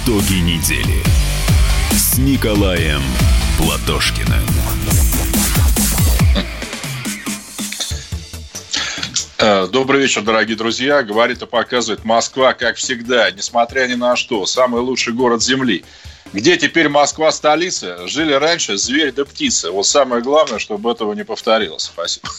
Итоги недели с Николаем Платошкиным. Добрый вечер, дорогие друзья. Говорит и показывает Москва, как всегда, несмотря ни на что, самый лучший город Земли. Где теперь Москва столица? Жили раньше зверь да птица. Вот самое главное, чтобы этого не повторилось. Спасибо.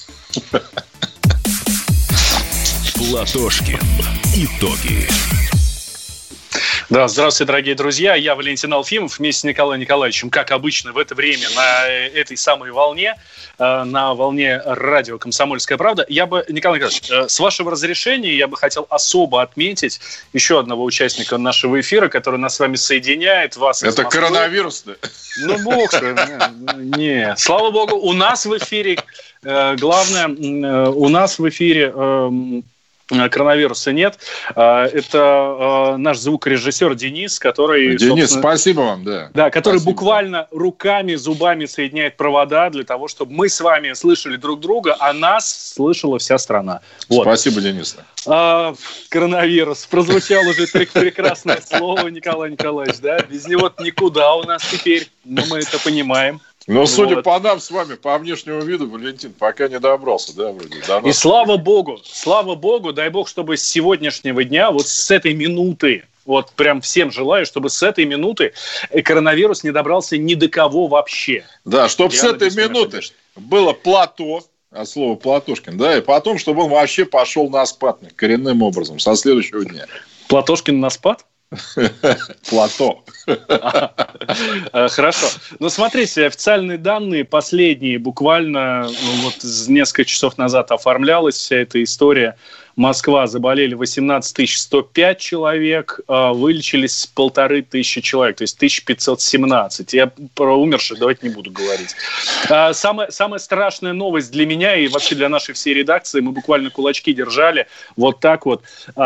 Платошкин. Итоги. Да, здравствуйте, дорогие друзья. Я Валентин Алфимов вместе с Николаем Николаевичем, как обычно, в это время на этой самой волне, на волне радио «Комсомольская правда». Я бы, Николай Николаевич, с вашего разрешения я бы хотел особо отметить еще одного участника нашего эфира, который нас с вами соединяет. Вас это коронавирус-то? Ну, бог что. Не, слава богу, у нас в эфире, главное, у нас в эфире... коронавируса нет. Это наш звукорежиссер Денис, который... Денис, спасибо вам, да. Да, который спасибо. Буквально руками, зубами соединяет провода для того, чтобы мы с вами слышали друг друга, а нас слышала вся страна. Вот. Спасибо, Денис. Коронавирус. Прозвучало уже прекрасное слово, Николай Николаевич, да? Без него никуда у нас теперь, но мы это понимаем. Но, судя по нам с вами, по внешнему виду, Валентин пока не добрался, да, вроде? И слава богу, дай бог, чтобы с сегодняшнего дня, вот с этой минуты, вот прям всем желаю, чтобы с этой минуты коронавирус не добрался ни до кого вообще. Да, чтобы с этой минуты было плато, от слова Платошкин, да, и потом, чтобы он вообще пошел на спад коренным образом, со следующего дня. Платошкин на спад? Плато. Хорошо. Ну, смотрите, официальные данные, последние, буквально вот несколько часов назад оформлялась вся эта история. Москва, заболели 18 105 человек, вылечились 1500 человек, то есть 1517. Я про умерших давайте не буду говорить. Самая страшная новость для меня и вообще для нашей всей редакции, мы буквально кулачки держали вот так вот,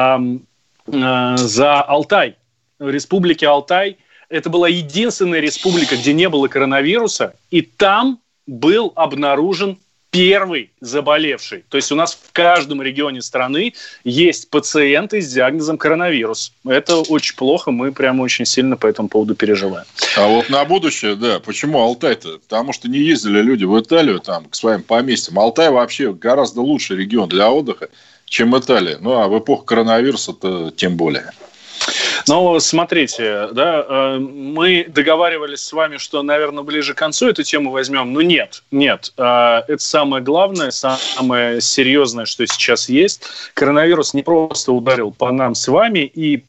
за Алтай, в республике Алтай. Это была единственная республика, где не было коронавируса, и там был обнаружен первый заболевший. То есть у нас в каждом регионе страны есть пациенты с диагнозом коронавирус. Это очень плохо, мы прямо очень сильно по этому поводу переживаем. А вот на будущее, да, почему Алтай-то? Потому что не ездили люди в Италию там, к своим поместьям. Алтай вообще гораздо лучший регион для отдыха, чем Италия. Ну, а в эпоху коронавируса-то тем более. Ну, смотрите, да, мы договаривались с вами, что, наверное, ближе к концу эту тему возьмем, но нет. Это самое главное, самое серьезное, что сейчас есть. Коронавирус не просто ударил по нам с вами и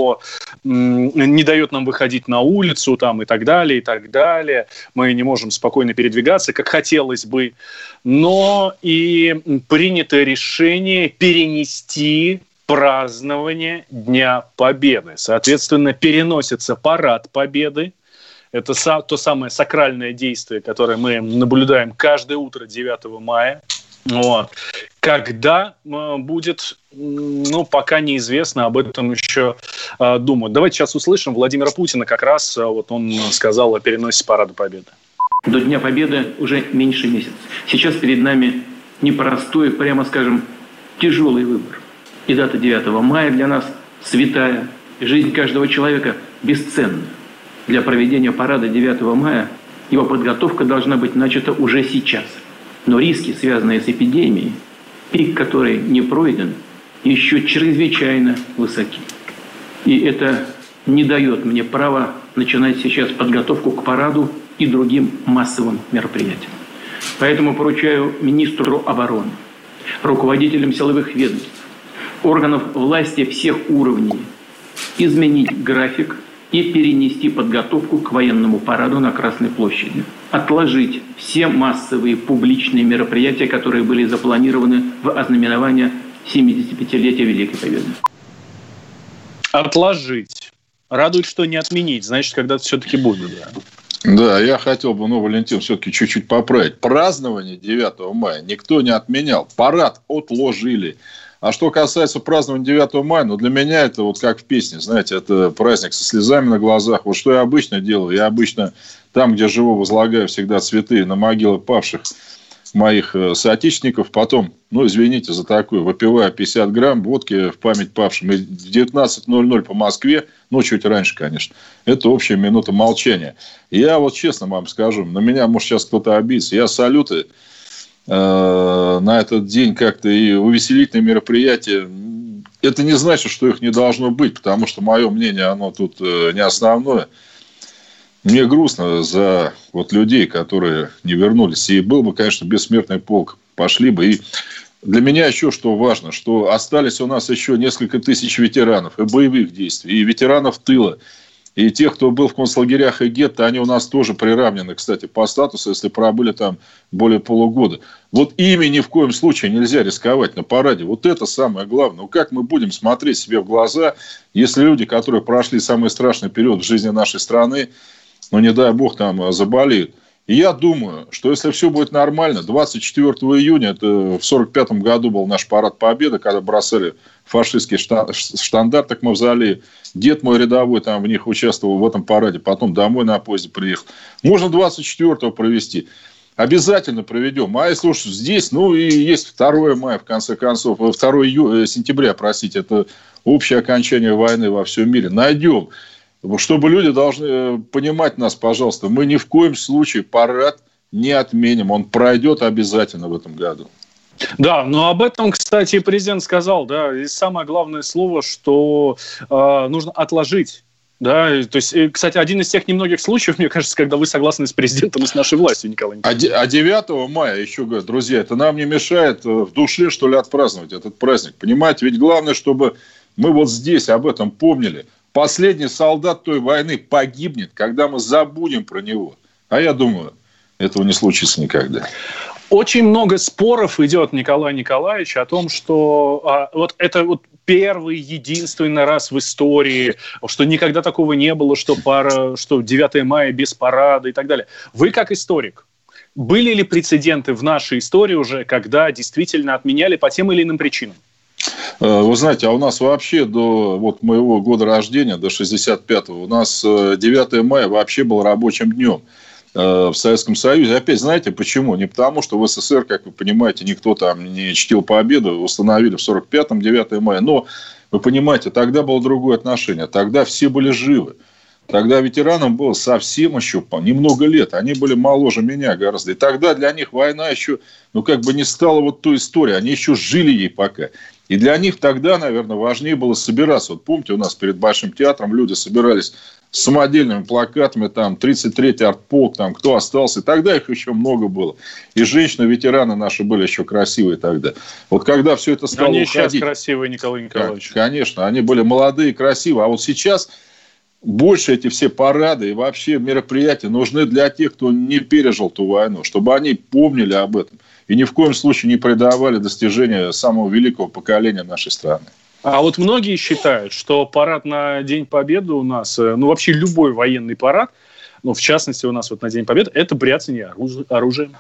не дает нам выходить на улицу там, и так далее, и так далее. Мы не можем спокойно передвигаться, как хотелось бы. Но и принято решение перенести празднование Дня Победы. Соответственно, переносится парад Победы. Это то самое сакральное действие, которое мы наблюдаем каждое утро 9 мая. Вот. Когда будет, пока неизвестно, об этом еще думают. Давайте сейчас услышим Владимира Путина, как раз вот он сказал о переносе парада Победы. До Дня Победы уже меньше месяца. Сейчас перед нами непростой, прямо скажем, тяжелый выбор. И дата 9 мая для нас святая. Жизнь каждого человека бесценна. Для проведения парада 9 мая его подготовка должна быть начата уже сейчас. Но риски, связанные с эпидемией, пик которой не пройден, еще чрезвычайно высоки. И это не дает мне права начинать сейчас подготовку к параду и другим массовым мероприятиям. Поэтому поручаю министру обороны, руководителям силовых ведомств, органов власти всех уровней изменить график и перенести подготовку к военному параду на Красной площади. Отложить все массовые публичные мероприятия, которые были запланированы в ознаменование 75-летия Великой Победы. Отложить. Радует, что не отменить. Значит, когда-то все-таки будет. Да. Да, я хотел бы, Валентин, все-таки чуть-чуть поправить. Празднование 9 мая никто не отменял. Парад отложили. А что касается празднования 9 мая, для меня это вот как в песне, знаете, это праздник со слезами на глазах. Вот что я обычно делаю. Я обычно там, где живу, возлагаю всегда цветы на могилы павших моих соотечественников. Потом, извините за такое, выпиваю 50 грамм водки в память павшим. И в 19:00 по Москве, чуть раньше, конечно, это общая минута молчания. Я вот честно вам скажу, на меня, может, сейчас кто-то обидится. Я салюты на этот день как-то и увеселительные мероприятия. Это не значит, что их не должно быть, потому что мое мнение, оно тут не основное. Мне грустно за людей, которые не вернулись. И был бы, конечно, бессмертный полк. Пошли бы. И для меня еще что важно, что остались у нас еще несколько тысяч ветеранов и боевых действий, и ветеранов тыла. И тех, кто был в концлагерях и гетто, они у нас тоже приравнены, кстати, по статусу, если пробыли там более полугода. Вот ими ни в коем случае нельзя рисковать на параде. Вот это самое главное. Как мы будем смотреть себе в глаза, если люди, которые прошли самый страшный период в жизни нашей страны, не дай бог, там заболеют. И я думаю, что если все будет нормально, 24 июня, это в 1945 году был наш парад Победы, когда бросали фашистские штандарты к мавзолею. Дед мой рядовой там в них участвовал в этом параде, потом домой на поезде приехал. Можно 24-го провести. Обязательно проведем. А если уж здесь, и есть 2 мая, в конце концов, 2 сентября, это общее окончание войны во всем мире. Найдем. Чтобы люди должны понимать нас, пожалуйста, мы ни в коем случае парад не отменим. Он пройдет обязательно в этом году. Да, но об этом, кстати, президент сказал, да, и самое главное слово, что нужно отложить. Да, то есть, кстати, один из тех немногих случаев, мне кажется, когда вы согласны с президентом и с нашей властью, Николай Николаевич. А 9 мая, еще говорю, друзья, это нам не мешает в душе, что ли, отпраздновать этот праздник. Понимаете, ведь главное, чтобы мы вот здесь об этом помнили. Последний солдат той войны погибнет, когда мы забудем про него. А я думаю, этого не случится никогда. Очень много споров идет, Николай Николаевич, о том, что это первый, единственный раз в истории, что никогда такого не было, что 9 мая без парада и так далее. Вы как историк, были ли прецеденты в нашей истории уже, когда действительно отменяли по тем или иным причинам? Вы знаете, а у нас вообще до моего года рождения, до 65-го, у нас 9 мая вообще был рабочим днем в Советском Союзе. Опять, знаете почему? Не потому, что в СССР, как вы понимаете, никто там не чтил победу, установили в 45-м 9 мая. Но, вы понимаете, тогда было другое отношение. Тогда все были живы. Тогда ветеранам было совсем еще немного лет. Они были моложе меня гораздо. И тогда для них война еще, не стала той историей. Они еще жили ей пока. И для них тогда, наверное, важнее было собираться. Помните, у нас перед Большим театром люди собирались с самодельными плакатами, там, 33-й артполк, там, кто остался. И тогда их еще много было. И женщины-ветераны наши были еще красивые тогда. Когда все это стало уходить... Они сейчас красивые, Николай Николаевич. Конечно, они были молодые и красивые. А сейчас... Больше эти все парады и вообще мероприятия нужны для тех, кто не пережил ту войну, чтобы они помнили об этом и ни в коем случае не предавали достижения самого великого поколения нашей страны. А многие считают, что парад на День Победы у нас, вообще любой военный парад, в частности у нас на День Победы, это бряцание оружием.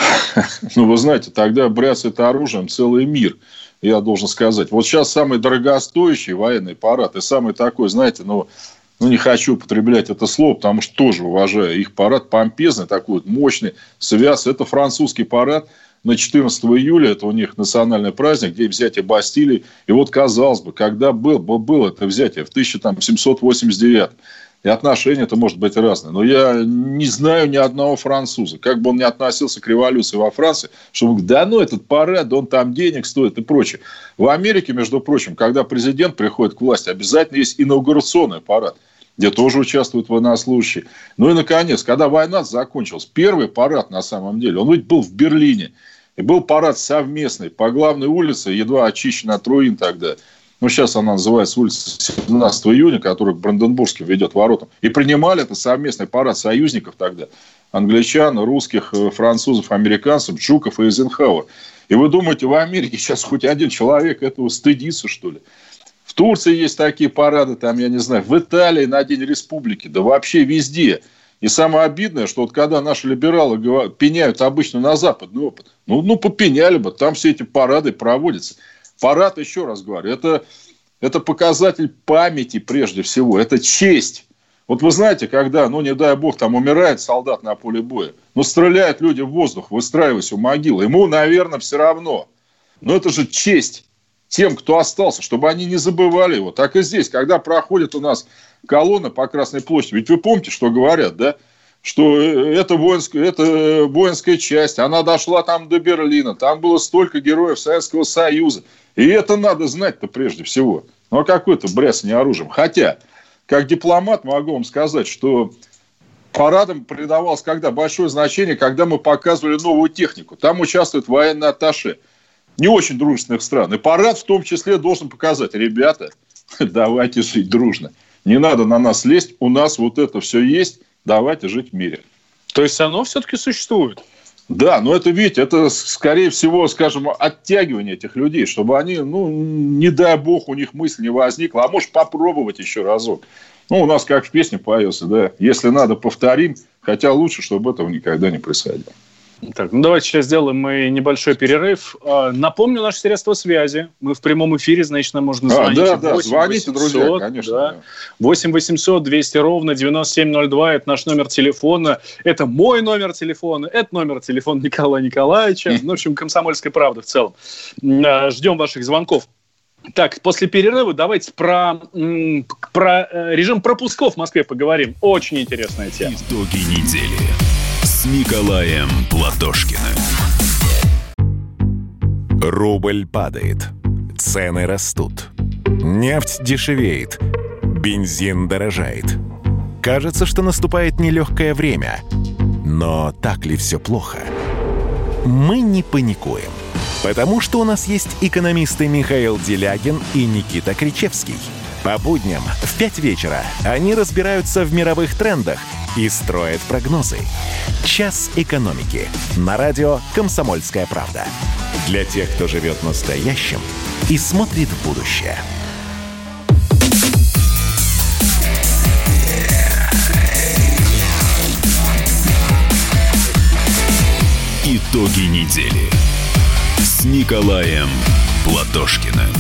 Вы знаете, тогда бряцает оружием целый мир, я должен сказать. Сейчас самый дорогостоящий военный парад и самый такой, знаете, не хочу употреблять это слово, потому что тоже уважаю их парад. Помпезный, такой мощный, связанный. Это французский парад на 14 июля. Это у них национальный праздник, день взятия Бастилии. И казалось бы, когда было это взятие в 1789. И отношения это может быть разные. Но я не знаю ни одного француза, как бы он ни относился к революции во Франции, что он говорит, этот парад, он там денег стоит и прочее. В Америке, между прочим, когда президент приходит к власти, обязательно есть инаугурационный парад, где тоже участвуют военнослужащие. И, наконец, когда война закончилась, первый парад, на самом деле, он ведь был в Берлине. И был парад совместный по главной улице, едва очищена от руин тогда. Сейчас она называется улица 17 июня, которая к Бранденбургским ведет воротам. И принимали это совместный парад союзников тогда. Англичан, русских, французов, американцев, Жуков и Эйзенхауэр. И вы думаете, в Америке сейчас хоть один человек этого стыдится, что ли? В Турции есть такие парады, там, я не знаю, в Италии на День Республики, да вообще везде. И самое обидное, что когда наши либералы пеняют обычно на западный опыт, попеняли бы, там все эти парады проводятся. Парад, еще раз говорю, это показатель памяти прежде всего, это честь. Вот вы знаете, когда, не дай бог, там умирает солдат на поле боя, стреляют люди в воздух, выстраиваясь у могилы, ему, наверное, все равно. Но это же честь тем, кто остался, чтобы они не забывали его. Так и здесь, когда проходит у нас колонна по Красной площади, ведь вы помните, что говорят, да? Что это воинская часть, она дошла там до Берлина, там было столько героев Советского Союза. И это надо знать-то прежде всего. А какое-то бряцание оружием. Хотя, как дипломат могу вам сказать, что парадам придавалось когда большое значение, когда мы показывали новую технику. Там участвуют военные атташе не очень дружественных стран. И парад в том числе должен показать: ребята, давайте жить дружно. Не надо на нас лезть, у нас вот это все есть, давайте жить в мире. То есть оно все-таки существует? Да, но это, видите, это, скорее всего, скажем, оттягивание этих людей, чтобы они, не дай бог, у них мысль не возникла, а может попробовать еще разок. У нас как в песне поется, да, если надо, повторим, хотя лучше, чтобы этого никогда не происходило. Так, давайте сейчас сделаем мы небольшой перерыв. Напомню наши средства связи. Мы в прямом эфире, значит, нам можно звонить. Да, звоните, 800, друзья, конечно. Да. 8 800 200 ровно 9702. Это наш номер телефона. Это мой номер телефона. Это номер телефона Николая Николаевича. В общем, «Комсомольская правда» в целом. Ждем ваших звонков. Так, после перерыва давайте про режим пропусков в Москве поговорим. Очень интересная тема. Итоги недели с Николаем Платошкиным. Рубль падает, цены растут, нефть дешевеет, бензин дорожает. Кажется, что наступает нелегкое время. Но так ли все плохо? Мы не паникуем, потому что у нас есть экономисты Михаил Делягин и Никита Кричевский. По будням в 5 вечера они разбираются в мировых трендах и строят прогнозы. «Час экономики» на радио «Комсомольская правда». Для тех, кто живет настоящим и смотрит в будущее. Итоги недели с Николаем Платошкиным.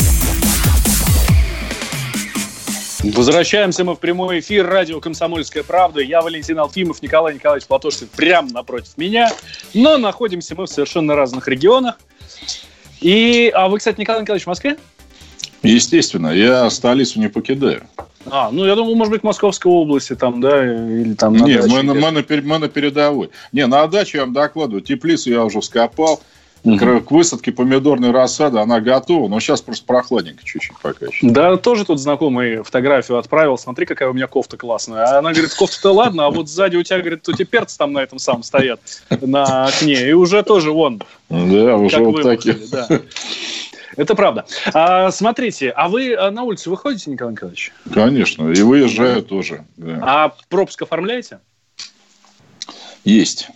Возвращаемся мы в прямой эфир. Радио «Комсомольская правда». Я Валентин Алфимов, Николай Николаевич Платошкин прямо напротив меня. Но находимся мы в совершенно разных регионах. А вы, кстати, Николай Николаевич, в Москве? Естественно. Я столицу не покидаю. Я думал, может быть, Московской области там, да, или там на даче. Мы на передовой. На даче я вам докладываю. Теплицу я уже вскопал. К высадке помидорной рассады она готова, но сейчас просто прохладненько чуть-чуть пока еще. Да, тоже тут знакомый фотографию отправил. Смотри, какая у меня кофта классная. Она говорит, кофта-то ладно, а вот сзади у тебя, говорит, эти перцы там на этом самом стоят, на окне. И уже тоже вон. Да, уже вот такие. Да. Это правда. Смотрите, а вы на улицу выходите, Николай Николаевич? Конечно, и выезжаю тоже. Да. А пропуск оформляете? Есть.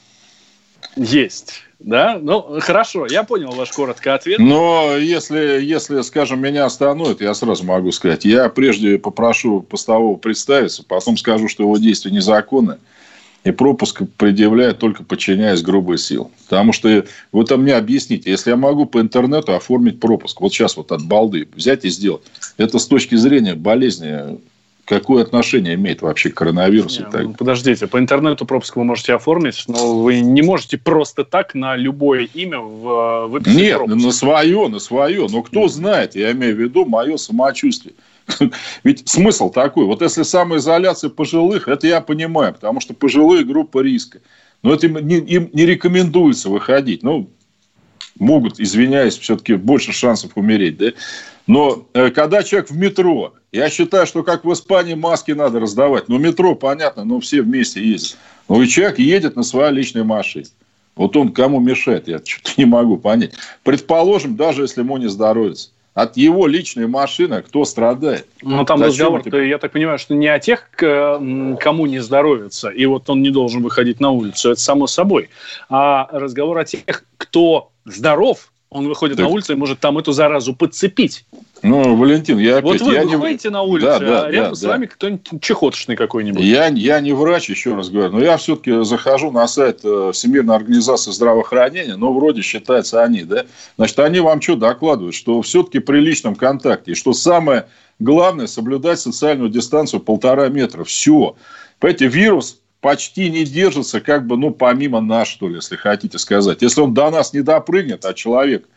Да? Хорошо, я понял ваш короткий ответ. Но если, скажем, меня остановят, я сразу могу сказать, я прежде попрошу постового представиться, потом скажу, что его действия незаконны, и пропуск предъявляют только подчиняясь грубой силе. Потому что вы там мне объясните, если я могу по интернету оформить пропуск, вот сейчас вот от балды взять и сделать, это с точки зрения болезни... Какое отношение имеет вообще к коронавирусу? Подождите, по интернету пропуск вы можете оформить, но вы не можете просто так на любое имя выписать Нет, пропуск. на свое. Но кто знает, я имею в виду мое самочувствие. Ведь смысл такой. Вот если самоизоляция пожилых, это я понимаю, потому что пожилые группа риска. Но это им не рекомендуется выходить. Могут, извиняюсь, все-таки больше шансов умереть. Да? Но когда человек в метро, я считаю, что как в Испании маски надо раздавать. Метро, понятно, все вместе ездят. И человек едет на своей личной машине. Вот он кому мешает, я что-то не могу понять. Предположим, даже если ему не здоровится. От его личной машины кто страдает? Там разговор-то, я так понимаю, что не о тех, кому не здоровится, и вот он не должен выходить на улицу, это само собой. А разговор о тех, кто здоров, он выходит на улицу и может там эту заразу подцепить. Ну, Валентин, я опять... Вот вы выходите на улицу, рядом с вами кто-нибудь чехотошный какой-нибудь. Я не врач, еще раз говорю, но я все-таки захожу на сайт Всемирной организации здравоохранения, но вроде считается они, да? Значит, они вам что докладывают? Что все-таки при личном контакте, и что самое главное, соблюдать социальную дистанцию 1,5 метра. Все. Понимаете, вирус почти не держится, как бы, помимо нас, что ли, если хотите сказать. Если он до нас не допрыгнет, а человек...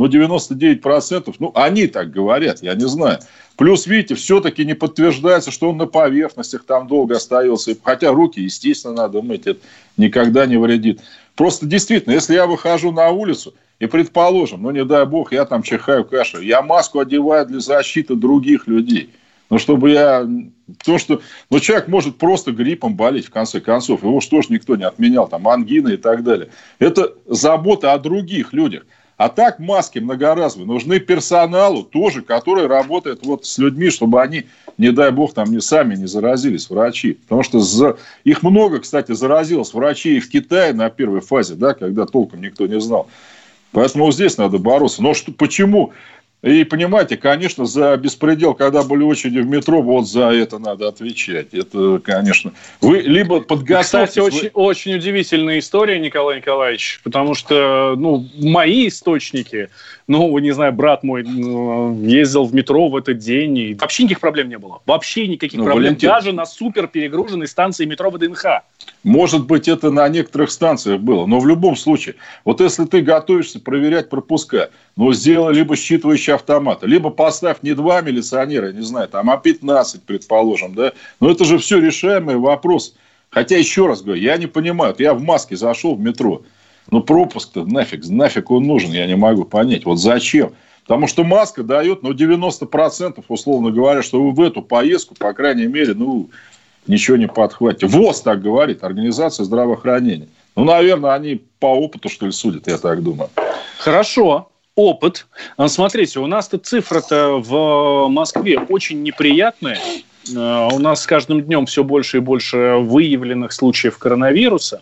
99%, они так говорят, я не знаю. Плюс, видите, все-таки не подтверждается, что он на поверхностях там долго остается. Хотя руки, естественно, надо мыть, это никогда не вредит. Просто действительно, если я выхожу на улицу, и, предположим, не дай бог, я там чихаю, кашляю, я маску одеваю для защиты других людей. Чтобы я... Потому что человек может просто гриппом болеть, в конце концов. Его что ж никто не отменял, там, ангина и так далее. Это забота о других людях. А так маски многоразовые нужны персоналу тоже, который работает с людьми, чтобы они, не дай бог, там сами не заразились, врачи. Потому что их много, кстати, заразилось врачей в Китае на первой фазе, да, когда толком никто не знал. Поэтому здесь надо бороться. Но почему? И понимаете, конечно, за беспредел, когда были очереди в метро, за это надо отвечать. Это, конечно... Вы либо подготовьтесь... Кстати, очень удивительная история, Николай Николаевич, потому что, мои источники, не знаю, брат мой ездил в метро в этот день, и вообще никаких проблем не было. Вообще никаких проблем. Валентин... Даже на супер перегруженной станции метро ВДНХ. Может быть, это на некоторых станциях было. Но в любом случае, если ты готовишься проверять пропуска, сделай либо считывающий автомат, либо поставь не 2 милиционера, я не знаю, а 15, предположим. Да? Но это же все решаемый вопрос. Хотя, еще раз говорю, я не понимаю. Я в маске зашел в метро. Пропуск-то нафиг он нужен, я не могу понять. Зачем? Потому что маска дает 90%, условно говоря, что вы в эту поездку, по крайней мере, ничего не подхватите. ВОЗ так говорит, Организация здравоохранения. Наверное, они по опыту, что ли, судят, я так думаю. Хорошо. Опыт. Смотрите, у нас-то цифра-то в Москве очень неприятная. У нас с каждым днем все больше и больше выявленных случаев коронавируса.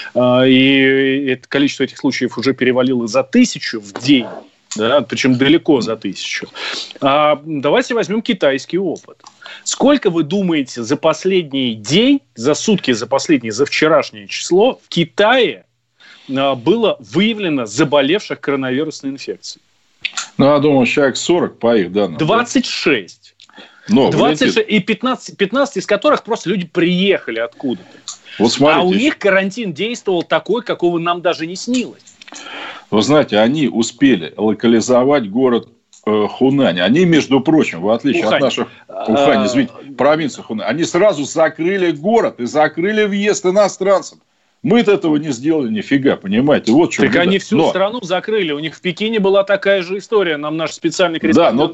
И это количество этих случаев уже перевалило за 1000 в день. Да, причем далеко за 1000. Давайте возьмем китайский опыт. Сколько, вы думаете, за последний день, за сутки, за вчерашнее число в Китае было выявлено заболевших коронавирусной инфекцией? Я думаю, человек 40 по их данным. 26. Но, 26 и 15 из которых просто люди приехали откуда-то. А у них карантин действовал такой, какого нам даже не снилось. Вы знаете, они успели локализовать город Хунань. Они, между прочим, в отличие от наших... Ухань, извините, провинции Хунань. Они сразу закрыли город и закрыли въезд иностранцам. Мы-то этого не сделали нифига, понимаете? Так они всю страну закрыли. У них в Пекине была такая же история. Нам наш специальный корреспондент...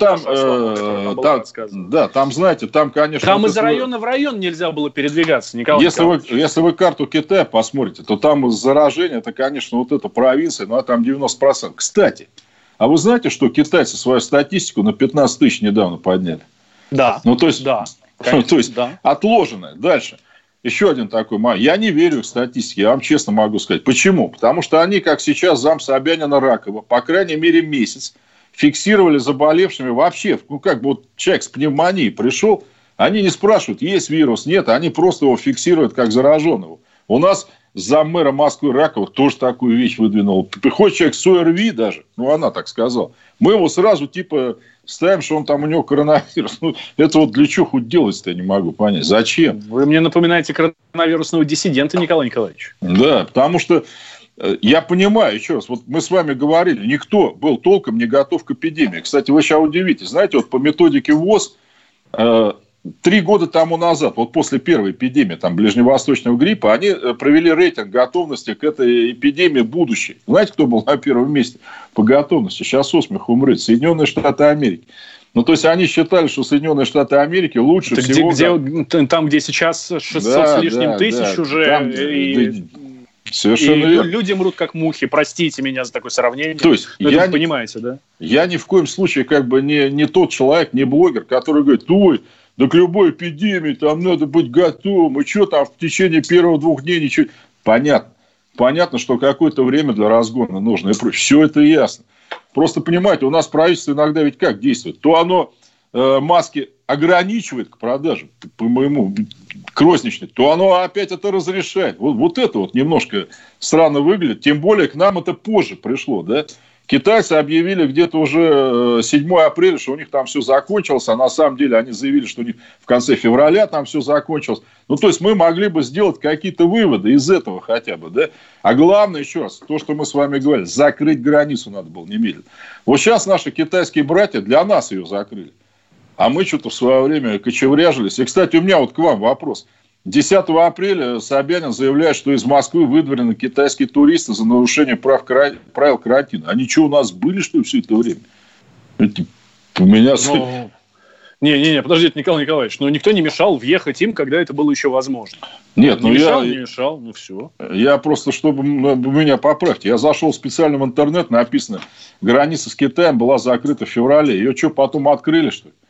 там, знаете, там, конечно... Там из района в район нельзя было передвигаться, Николай Николаевич. Если вы карту Китая посмотрите, то там заражение, это, конечно, эта провинция, там 90%. Кстати, а вы знаете, что китайцы свою статистику на 15 тысяч недавно подняли? Да. Отложенное. Дальше. Еще один такой. Я не верю в статистике, я вам честно могу сказать. Почему? Потому что они, как сейчас, зам Собянина Ракова, по крайней мере, месяц фиксировали заболевшими вообще. Человек с пневмонией пришел, они не спрашивают, есть вирус, нет, они просто его фиксируют как зараженного. У нас заммэра Москвы Ракова тоже такую вещь выдвинул. Приходит человек с ОРВИ даже, она так сказала. Мы его сразу ставим, что у него коронавирус. Это для чего хоть делать-то, я не могу понять. Зачем? Вы мне напоминаете коронавирусного диссидента, Николай Николаевич. Да, потому что я понимаю, еще раз, мы с вами говорили, никто был толком не готов к эпидемии. Кстати, вы сейчас удивитесь. Знаете, по методике ВОЗ 3 года тому назад, после первой эпидемии ближневосточного гриппа, они провели рейтинг готовности к этой эпидемии будущей. Знаете, кто был на первом месте по готовности? Сейчас со смеху умрет. Соединенные Штаты Америки. То есть, они считали, что Соединенные Штаты Америки лучше всего... Там, где сейчас 600 с лишним тысяч уже... Совершенно верно. Люди мрут как мухи. Простите меня за такое сравнение. То есть, вы понимаете, да? Я ни в коем случае не тот человек, не блогер, который говорит, да к любой эпидемии там надо быть готовым. И что там в течение первых 2 дней ничего... Понятно, что какое-то время для разгона нужно. И все это ясно. Просто, понимаете, у нас правительство иногда ведь как действует? То оно маски ограничивает к продаже, по-моему, к розничной, то оно опять это разрешает. Вот это вот немножко странно выглядит. Тем более, к нам это позже пришло, да? Китайцы объявили где-то уже 7 апреля, что у них там все закончилось, а на самом деле они заявили, что у них в конце февраля там все закончилось. Ну, то есть, мы могли бы сделать какие-то выводы из этого хотя бы, да? А главное, еще раз, то, что мы с вами говорили, закрыть границу надо было немедленно. Вот сейчас наши китайские братья для нас ее закрыли. А мы что-то в свое время кочевряжились. И, кстати, у меня вот к вам вопрос. 10 апреля Собянин заявляет, что из Москвы выдворены китайские туристы за нарушение правил карантина. Они что, у нас были, что ли, все это время? У меня... Не, подождите, Николай Николаевич, никто не мешал въехать им, когда это было еще возможно. Нет, не мешал, все. Я просто, чтобы меня поправьте, я зашел специально в интернет, написано, граница с Китаем была закрыта в феврале. Ее что, потом открыли, что ли?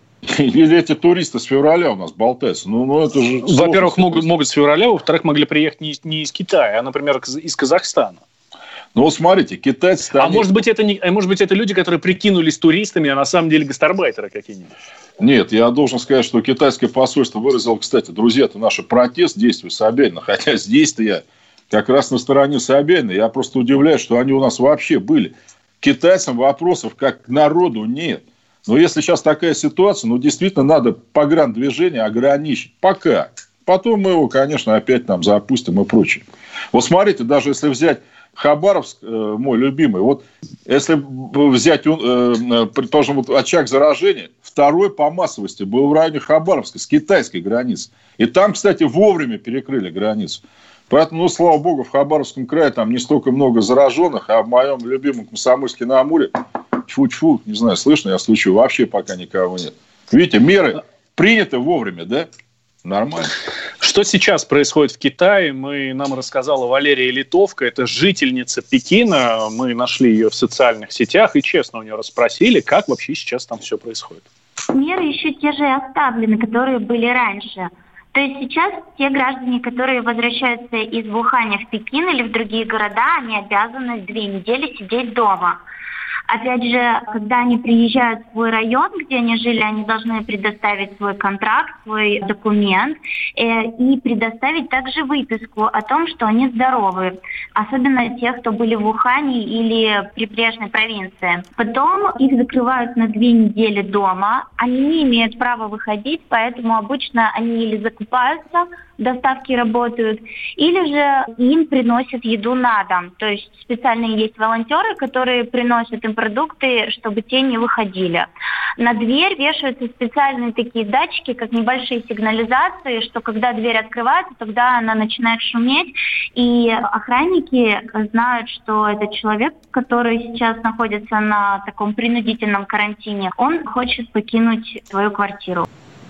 Или эти туристы с февраля у нас болтаются? Это же... Во-первых, могут с февраля, во-вторых, могли приехать не из Китая, а, например, из Казахстана. Вот смотрите, китайцы... Может быть, это люди, которые прикинулись туристами, а на самом деле гастарбайтеры какие-нибудь? Нет, я должен сказать, что китайское посольство выразило, кстати, друзья, это наш протест действию Собянина. Хотя здесь-то я как раз на стороне Собянина. Я просто удивляюсь, что они у нас вообще были. К китайцам вопросов как к народу нет. Но если сейчас такая ситуация, действительно надо пограндвижение ограничить. Пока. Потом мы его, конечно, опять там запустим и прочее. Вот смотрите, даже если взять Хабаровск, мой любимый, вот если взять, предположим, очаг заражения, второй по массовости был в районе Хабаровска, с китайской границы. И там, кстати, вовремя перекрыли границу. Поэтому, слава богу, в Хабаровском крае там не столько много зараженных, а в моем любимом Комсомольске-на-Амуре, тьфу-тьфу, не знаю, слышно, я слышу, вообще пока никого нет. Видите, меры приняты вовремя, да? Нормально. Что сейчас происходит в Китае, нам рассказала Валерия Литовка, это жительница Пекина, мы нашли ее в социальных сетях и честно у нее расспросили, как вообще сейчас там все происходит. Меры еще те же оставлены, которые были раньше. То есть сейчас те граждане, которые возвращаются из Вуханя в Пекин или в другие города, они обязаны 2 недели сидеть дома. Опять же, когда они приезжают в свой район, где они жили, они должны предоставить свой контракт, свой документ и предоставить также выписку о том, что они здоровы. Особенно те, кто были в Ухане или прибрежной провинции. Потом их закрывают на 2 недели дома. Они не имеют права выходить, поэтому обычно они или закупаются, доставки работают, или же им приносят еду на дом. То есть специальные есть волонтеры, которые приносят им продукты, чтобы те не выходили. На дверь вешаются специальные такие датчики, как небольшие сигнализации, что когда дверь открывается, тогда она начинает шуметь, и охранники знают, что этот человек, который сейчас находится на таком принудительном карантине, он хочет покинуть свою квартиру.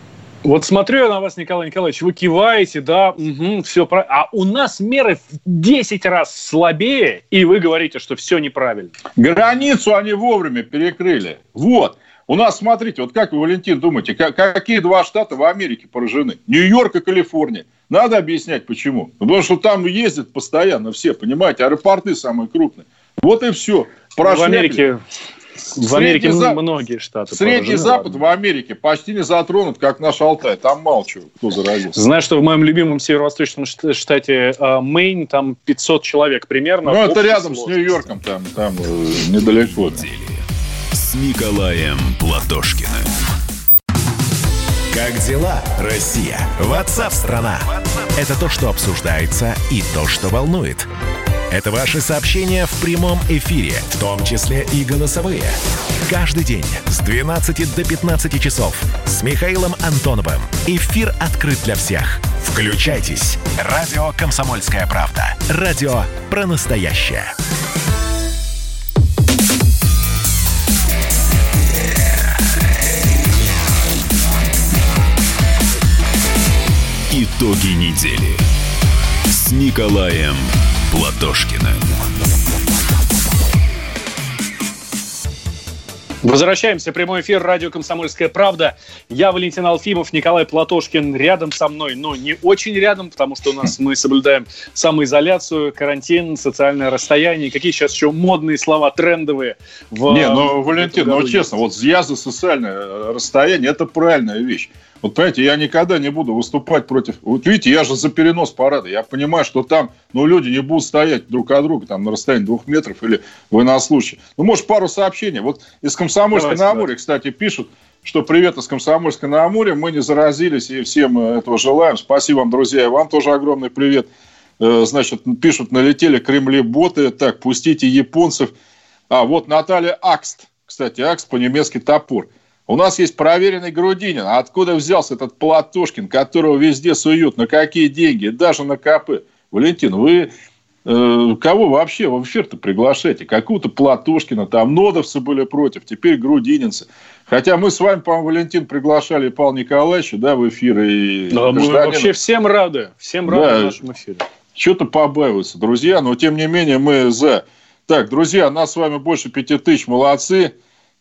Вот смотрю я на вас, Николай Николаевич, вы киваете, да, все правильно. А у нас меры в 10 раз слабее, и вы говорите, что все неправильно. Границу они вовремя перекрыли. Вот. У нас, смотрите, вот как вы, Валентин, думаете, какие 2 штата в Америке поражены? Нью-Йорк и Калифорния. Надо объяснять, почему. Потому что там ездят постоянно все, понимаете, аэропорты самые крупные. Вот и все. В Америке многие штаты. Средний Запад в Америке почти не затронут, как наш Алтай. Там мало чего, кто заразился. Знаешь, что в моем любимом северо-восточном штате Мэйн, там 500 человек примерно. Ну, это рядом с Нью-Йорком, там недалеко. С Николаем Платошкиным. Как дела, Россия? Ватсап-страна! Это то, что обсуждается, и то, что волнует. Это ваши сообщения в прямом эфире, в том числе и голосовые. Каждый день с 12 до 15 часов с Михаилом Антоновым. Эфир открыт для всех. Включайтесь. Радио «Комсомольская правда». Радио про настоящее. Итоги недели с Николаем Платошкиным. Возвращаемся. Прямой эфир. Радио «Комсомольская правда». Я Валентин Алфимов, Николай Платошкин рядом со мной, но не очень рядом, потому что мы соблюдаем самоизоляцию, карантин, социальное расстояние. Какие сейчас еще модные слова, трендовые? Валентин, честно, вот я за социальное расстояние, это правильная вещь. Вот, понимаете, я никогда не буду выступать против... Вот видите, я же за перенос парада. Я понимаю, что там люди не будут стоять друг от друга там, на расстоянии 2 метров или военнослужащие. Может, пару сообщений. Вот из Комсомольска-на-Амуре, кстати, пишут, что привет из Комсомольска-на-Амуре. Мы не заразились и всем этого желаем. Спасибо вам, друзья. И вам тоже огромный привет. Значит, пишут, налетели кремлеботы. Так, пустите японцев. Вот Наталья Акст. Кстати, Акст по-немецки топор. У нас есть проверенный Грудинин. А откуда взялся этот Платошкин, которого везде суют? На какие деньги? Даже на КП. Валентин, вы кого вообще в эфир-то приглашаете? Какого-то Платошкина. Там нодовцы были против. Теперь грудининцы. Хотя мы с вами, по-моему, Валентин, приглашали Павла Николаевича, мы эфир. Мы вообще всем рады. Всем рады в нашем эфире. Что-то побаиваются, друзья. Но, тем не менее, мы за. Так, друзья, нас с вами больше 5000. Молодцы.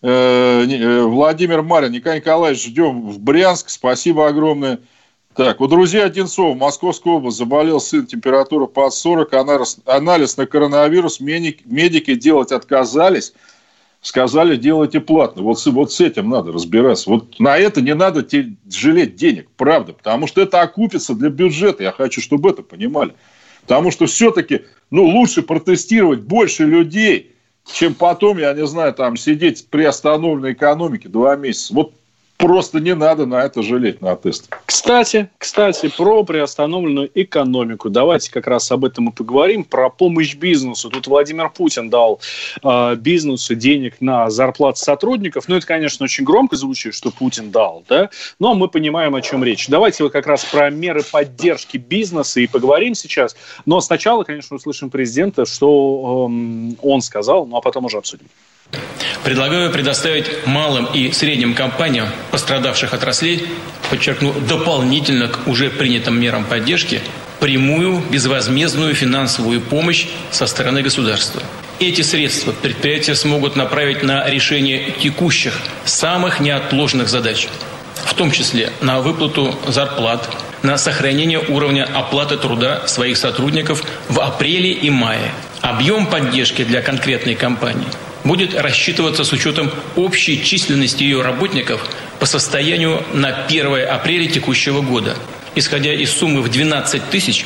Владимир Марин, Николай Николаевич, ждем в Брянск. Спасибо огромное. Так, у друзья Одинцова, Московская область, заболел сын, температура под 40, анализ на коронавирус, медики делать отказались, сказали, делайте платно. Вот с этим надо разбираться. Вот на это не надо жалеть денег, правда, потому что это окупится для бюджета, я хочу, чтобы это понимали. Потому что все-таки, лучше протестировать больше людей, чем потом, я не знаю, там сидеть при остановленной экономике 2 месяца. Вот просто не надо на это жалеть, на тест. Кстати, про приостановленную экономику. Давайте как раз об этом и поговорим. Про помощь бизнесу. Тут Владимир Путин дал бизнесу денег на зарплаты сотрудников. Это, конечно, очень громко звучит, что Путин дал, да? Но мы понимаем, о чем речь. Давайте как раз про меры поддержки бизнеса и поговорим сейчас. Но сначала, конечно, услышим президента, что он сказал, а потом уже обсудим. Предлагаю предоставить малым и средним компаниям пострадавших отраслей, подчеркну, дополнительно к уже принятым мерам поддержки, прямую безвозмездную финансовую помощь со стороны государства. Эти средства предприятия смогут направить на решение текущих, самых неотложных задач, в том числе на выплату зарплат, на сохранение уровня оплаты труда своих сотрудников в апреле и мае. Объем поддержки для конкретной компании будет рассчитываться с учетом общей численности ее работников по состоянию на 1 апреля текущего года, исходя из суммы в 12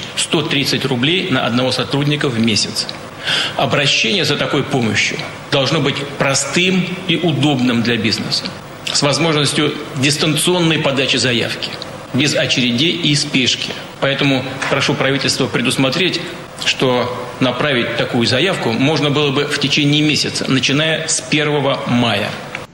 130 рублей на одного сотрудника в месяц. Обращение за такой помощью должно быть простым и удобным для бизнеса, с возможностью дистанционной подачи заявки, без очередей и спешки. Поэтому прошу правительство предусмотреть, что направить такую заявку можно было бы в течение месяца, начиная с 1 мая.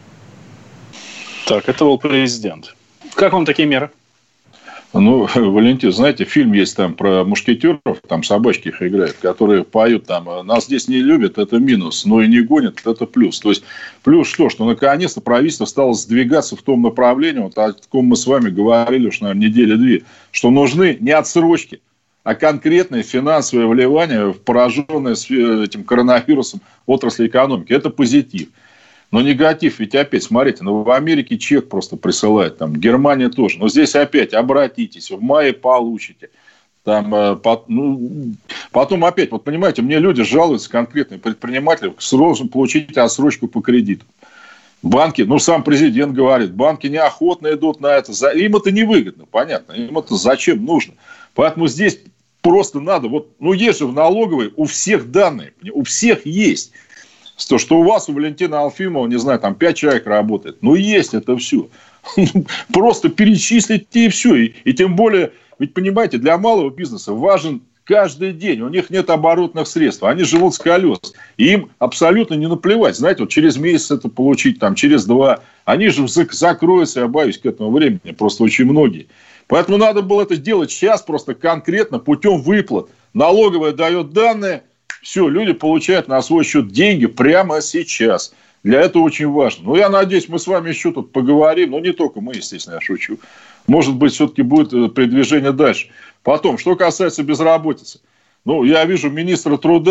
Так, это был президент. Как вам такие меры? Валентин, знаете, фильм есть там про мушкетеров, там собачки их играют, которые поют там, нас здесь не любят, это минус, но и не гонят, это плюс. То есть, плюс что наконец-то правительство стало сдвигаться в том направлении, о каком мы с вами говорили уж, наверное, недели-две, что нужны не отсрочки, а конкретное финансовое вливание в пораженные этим коронавирусом отрасли экономики. Это позитив. Но негатив, ведь опять, смотрите, в Америке чек просто присылают, там, Германия тоже. Но здесь опять обратитесь, в мае получите. Там, потом опять, вот понимаете, мне люди жалуются, конкретные предприниматели, сложно получить отсрочку по кредиту. Банки, сам президент говорит, банки неохотно идут на это. Им это невыгодно, понятно, им это зачем нужно. Поэтому здесь просто надо, есть же в налоговой у всех данные, у всех есть. То, что у вас, у Валентина Алфимова, не знаю, там 5 человек работает. Есть это все. Просто перечислите и все. И тем более, ведь понимаете, для малого бизнеса важен каждый день. У них нет оборотных средств. Они живут с колес. И им абсолютно не наплевать. Знаете, через месяц это получить, через 2. Они же закроются, я боюсь, к этому времени. Просто очень многие. Поэтому надо было это делать сейчас просто конкретно путем выплат. Налоговая дает данные. Все, люди получают на свой счет деньги прямо сейчас. Для этого очень важно. Я надеюсь, мы с вами еще тут поговорим. Но не только мы, естественно, я шучу. Может быть, все-таки будет продвижение дальше. Потом, что касается безработицы. Я вижу министра труда.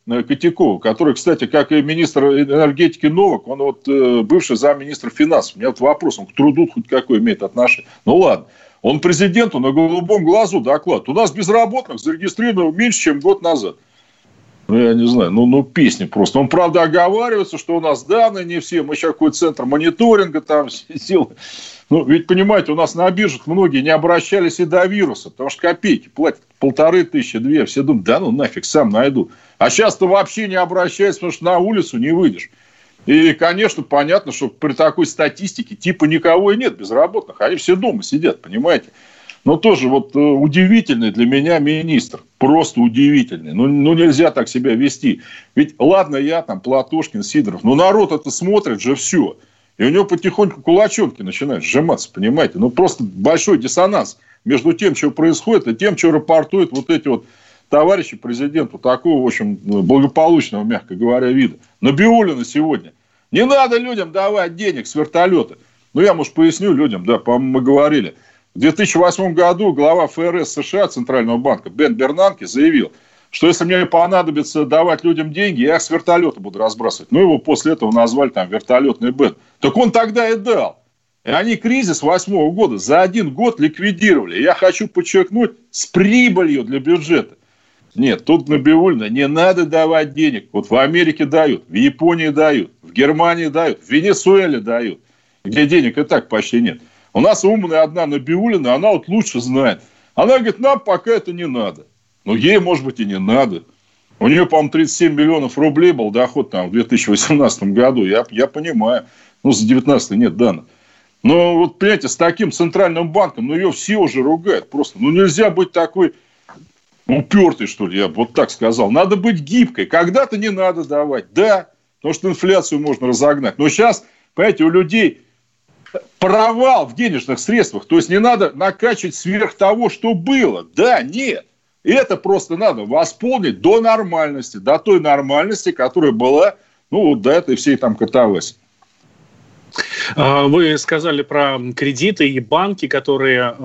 Котякова, который, кстати, как и министр энергетики Новак, он вот бывший замминистра финансов. У меня вот вопрос, он к труду хоть какой имеет отношение? Ну ладно. Он президенту на голубом глазу доклад. У нас безработных зарегистрировано меньше, чем год назад. Ну, я не знаю, песни просто. Он, правда, оговаривается, что у нас данные не все. Мы сейчас какой-то центр мониторинга там сделаем. Ну, ведь, понимаете, у нас на биржах многие не обращались и до вируса. Потому что копейки платят 1500, 2. Все думают, да ну нафиг, сам найду. А сейчас-то вообще не обращаются, потому что на улицу не выйдешь. И, конечно, понятно, что при такой статистике типа никого и нет безработных. Они все дома сидят, понимаете. Но тоже вот удивительный для меня министр. Просто удивительный. Ну, нельзя так себя вести. Ведь, ладно, я там, Платошкин, Сидоров. Но народ это смотрит же все. И у него потихоньку кулачонки начинают сжиматься, понимаете. Ну, просто большой диссонанс между тем, что происходит, и тем, что рапортуют вот эти вот товарищи президенту такого, в общем, благополучного, мягко говоря, вида. Набиуллина сегодня. Не надо людям давать денег с вертолета. Ну, я, может, поясню людям, да, по-моему, мы говорили. В 2008 году глава ФРС США, Центрального банка, Бен Бернанке заявил, что если мне понадобится давать людям деньги, я их с вертолета буду разбрасывать. Ну, его после этого назвали там вертолетный Бен. Так он тогда и дал. И они кризис 2008 года за 1 год ликвидировали. Я хочу подчеркнуть, с прибылью для бюджета. Нет, тут Набиуллина, не надо давать денег. Вот в Америке дают, в Японии дают, в Германии дают, в Венесуэле дают, где денег и так почти нет. У нас умная одна Набиуллина, она вот лучше знает. Она говорит, нам пока это не надо. Ну, ей, может быть, и не надо. У нее, по-моему, 37 миллионов рублей был доход там в 2018 году. Я понимаю. Ну, за 2019 нет данных. Но вот, понимаете, с таким центральным банком, ну, ее все уже ругают. Просто, ну, нельзя быть такой упертый, что ли, я бы вот так сказал. Надо быть гибкой. Когда-то не надо давать. Да, потому что инфляцию можно разогнать. Но сейчас, понимаете, у людей провал в денежных средствах. То есть, не надо накачивать сверх того, что было. Да, нет. И это просто надо восполнить до нормальности. До той нормальности, которая была, ну, вот до этой всей там катавасии. Вы сказали про кредиты и банки, которые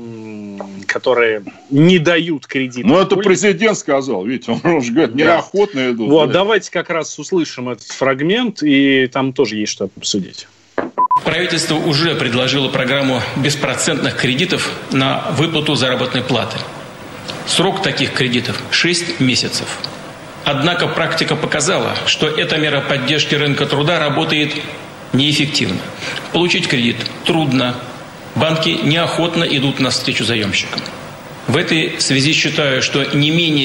не дают кредиты. Ну, это президент сказал, видите, он же говорит, неохотно идут. Вот, давайте как раз услышим этот фрагмент, и там тоже есть что обсудить. Правительство уже предложило программу беспроцентных кредитов на выплату заработной платы. Срок таких кредитов 6 месяцев. Однако практика показала, что эта мера поддержки рынка труда работает неэффективно. Получить кредит трудно. Банки неохотно идут навстречу заемщикам. В этой связи считаю, что не менее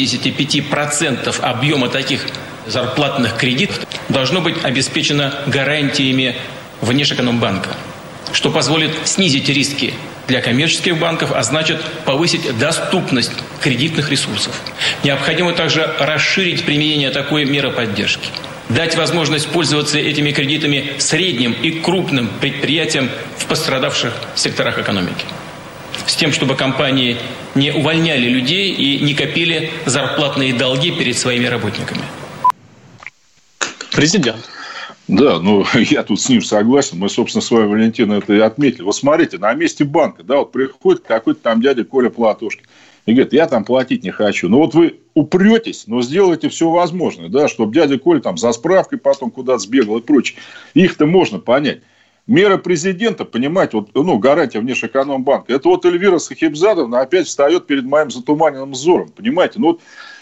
75% объема таких зарплатных кредитов должно быть обеспечено гарантиями Внешэкономбанка, что позволит снизить риски для коммерческих банков, а значит повысить доступность кредитных ресурсов. Необходимо также расширить применение такой меры поддержки. Дать возможность пользоваться этими кредитами средним и крупным предприятиям в пострадавших секторах экономики. С тем, чтобы компании не увольняли людей и не копили зарплатные долги перед своими работниками. Президент. Да, ну, я тут с ним согласен. Мы, собственно, с вами, Валентин, это и отметили. Вот смотрите, на месте банка, да, вот приходит какой-то там дядя Коля Платошкин и говорит, я там платить не хочу. Ну, вот вы упретесь, но сделайте все возможное, да, чтобы дядя Коля там за справкой потом куда-то сбегал и прочее. Их-то можно понять. Мера президента, понимаете, вот, ну, гарантия Внешэкономбанка. Это вот Эльвира Сахибзадовна опять встает перед моим затуманенным взором. Понимаете, ну,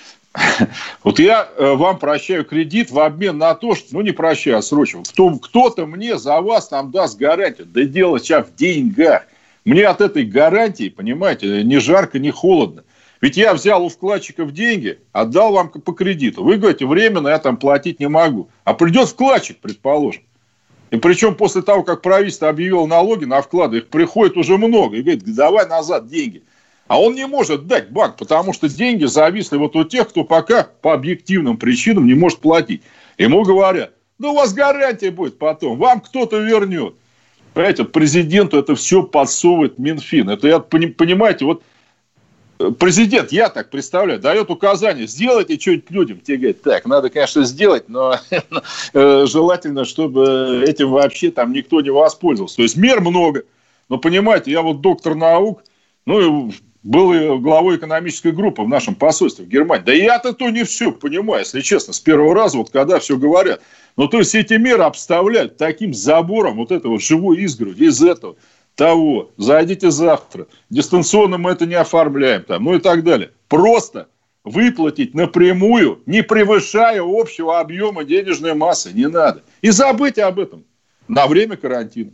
вот я вам прощаю кредит в обмен на то, что, ну, не прощаю, а срочно. Кто-то мне за вас там даст гарантию. Да дело сейчас в деньгах. Мне от этой гарантии, понимаете, ни жарко, ни холодно. Ведь я взял у вкладчиков деньги, отдал вам по кредиту. Вы говорите, временно я там платить не могу. А придет вкладчик, предположим. И причем после того, как правительство объявило налоги на вклады, их приходит уже много. И говорит, давай назад деньги. А он не может дать банк, потому что деньги зависли вот у тех, кто пока по объективным причинам не может платить. Ему говорят, ну, у вас гарантия будет потом, вам кто-то вернет. Понимаете, президенту это все подсовывает Минфин. Это, понимаете, вот президент, я так представляю, дает указание, сделайте что-нибудь людям. Те говорят, так, надо, конечно, сделать, но желательно, чтобы этим вообще там никто не воспользовался. То есть мер много. Но, понимаете, я вот доктор наук, ну, был главой экономической группы в нашем посольстве в Германии. Да я-то то не все понимаю, если честно, с первого раза, вот когда все говорят. Но то есть эти меры обставляют таким забором вот этого живой изгороди, из этого, того, зайдите завтра, дистанционно мы это не оформляем, там, ну и так далее. Просто выплатить напрямую, не превышая общего объема денежной массы, не надо. И забыть об этом на время карантина.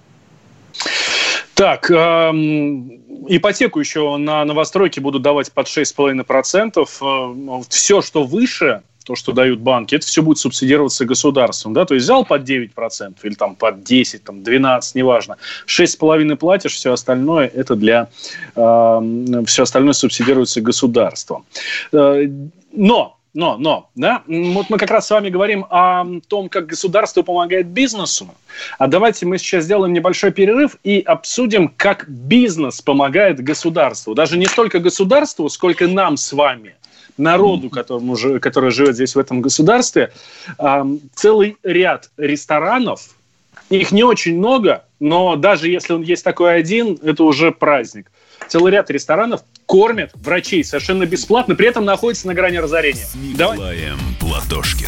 Так, ипотеку еще на новостройки будут давать под 6,5%. Все, что выше, то, что дают банки, это все будет субсидироваться государством. Да? То есть взял под 9% или там, под 10, там, 12, неважно. 6,5% платишь, все остальное это все остальное субсидируется государством. Но, да, вот мы как раз с вами говорим о том, как государство помогает бизнесу. А давайте мы сейчас сделаем небольшой перерыв и обсудим, как бизнес помогает государству. Даже не столько государству, сколько нам с вами, народу, который живет здесь в этом государстве. Целый ряд ресторанов, их не очень много, но даже если он есть такой один, это уже праздник. Целый ряд ресторанов кормят врачей совершенно бесплатно, при этом находятся на грани разорения. С Николаем Платошкиным.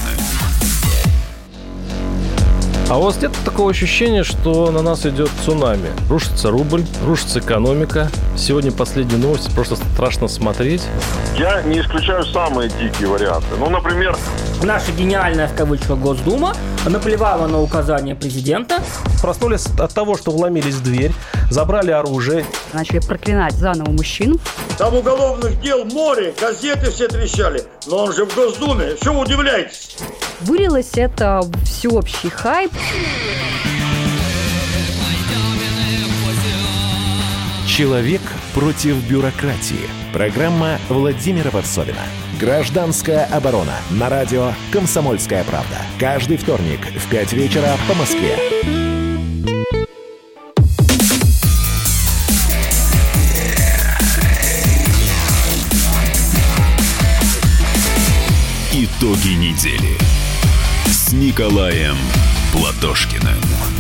А у вас нет такого ощущения, что на нас идет цунами? Рушится рубль, рушится экономика. Сегодня последние новости, просто страшно смотреть. Я не исключаю самые дикие варианты. Ну, например... Наша гениальная, в кавычках, Госдума наплевала на указания президента. Проснулись от того, что вломились в дверь, забрали оружие. Начали проклинать заново мужчин. Там уголовных дел море, газеты все трещали. Но он же в Госдуме, что вы удивляетесь? Вылилось это в всеобщий хайп. Человек против бюрократии. Программа Владимира Варсовина. Гражданская оборона. На радио «Комсомольская правда». Каждый вторник в 5 вечера по Москве. Итоги недели с Николаем Платошкиным.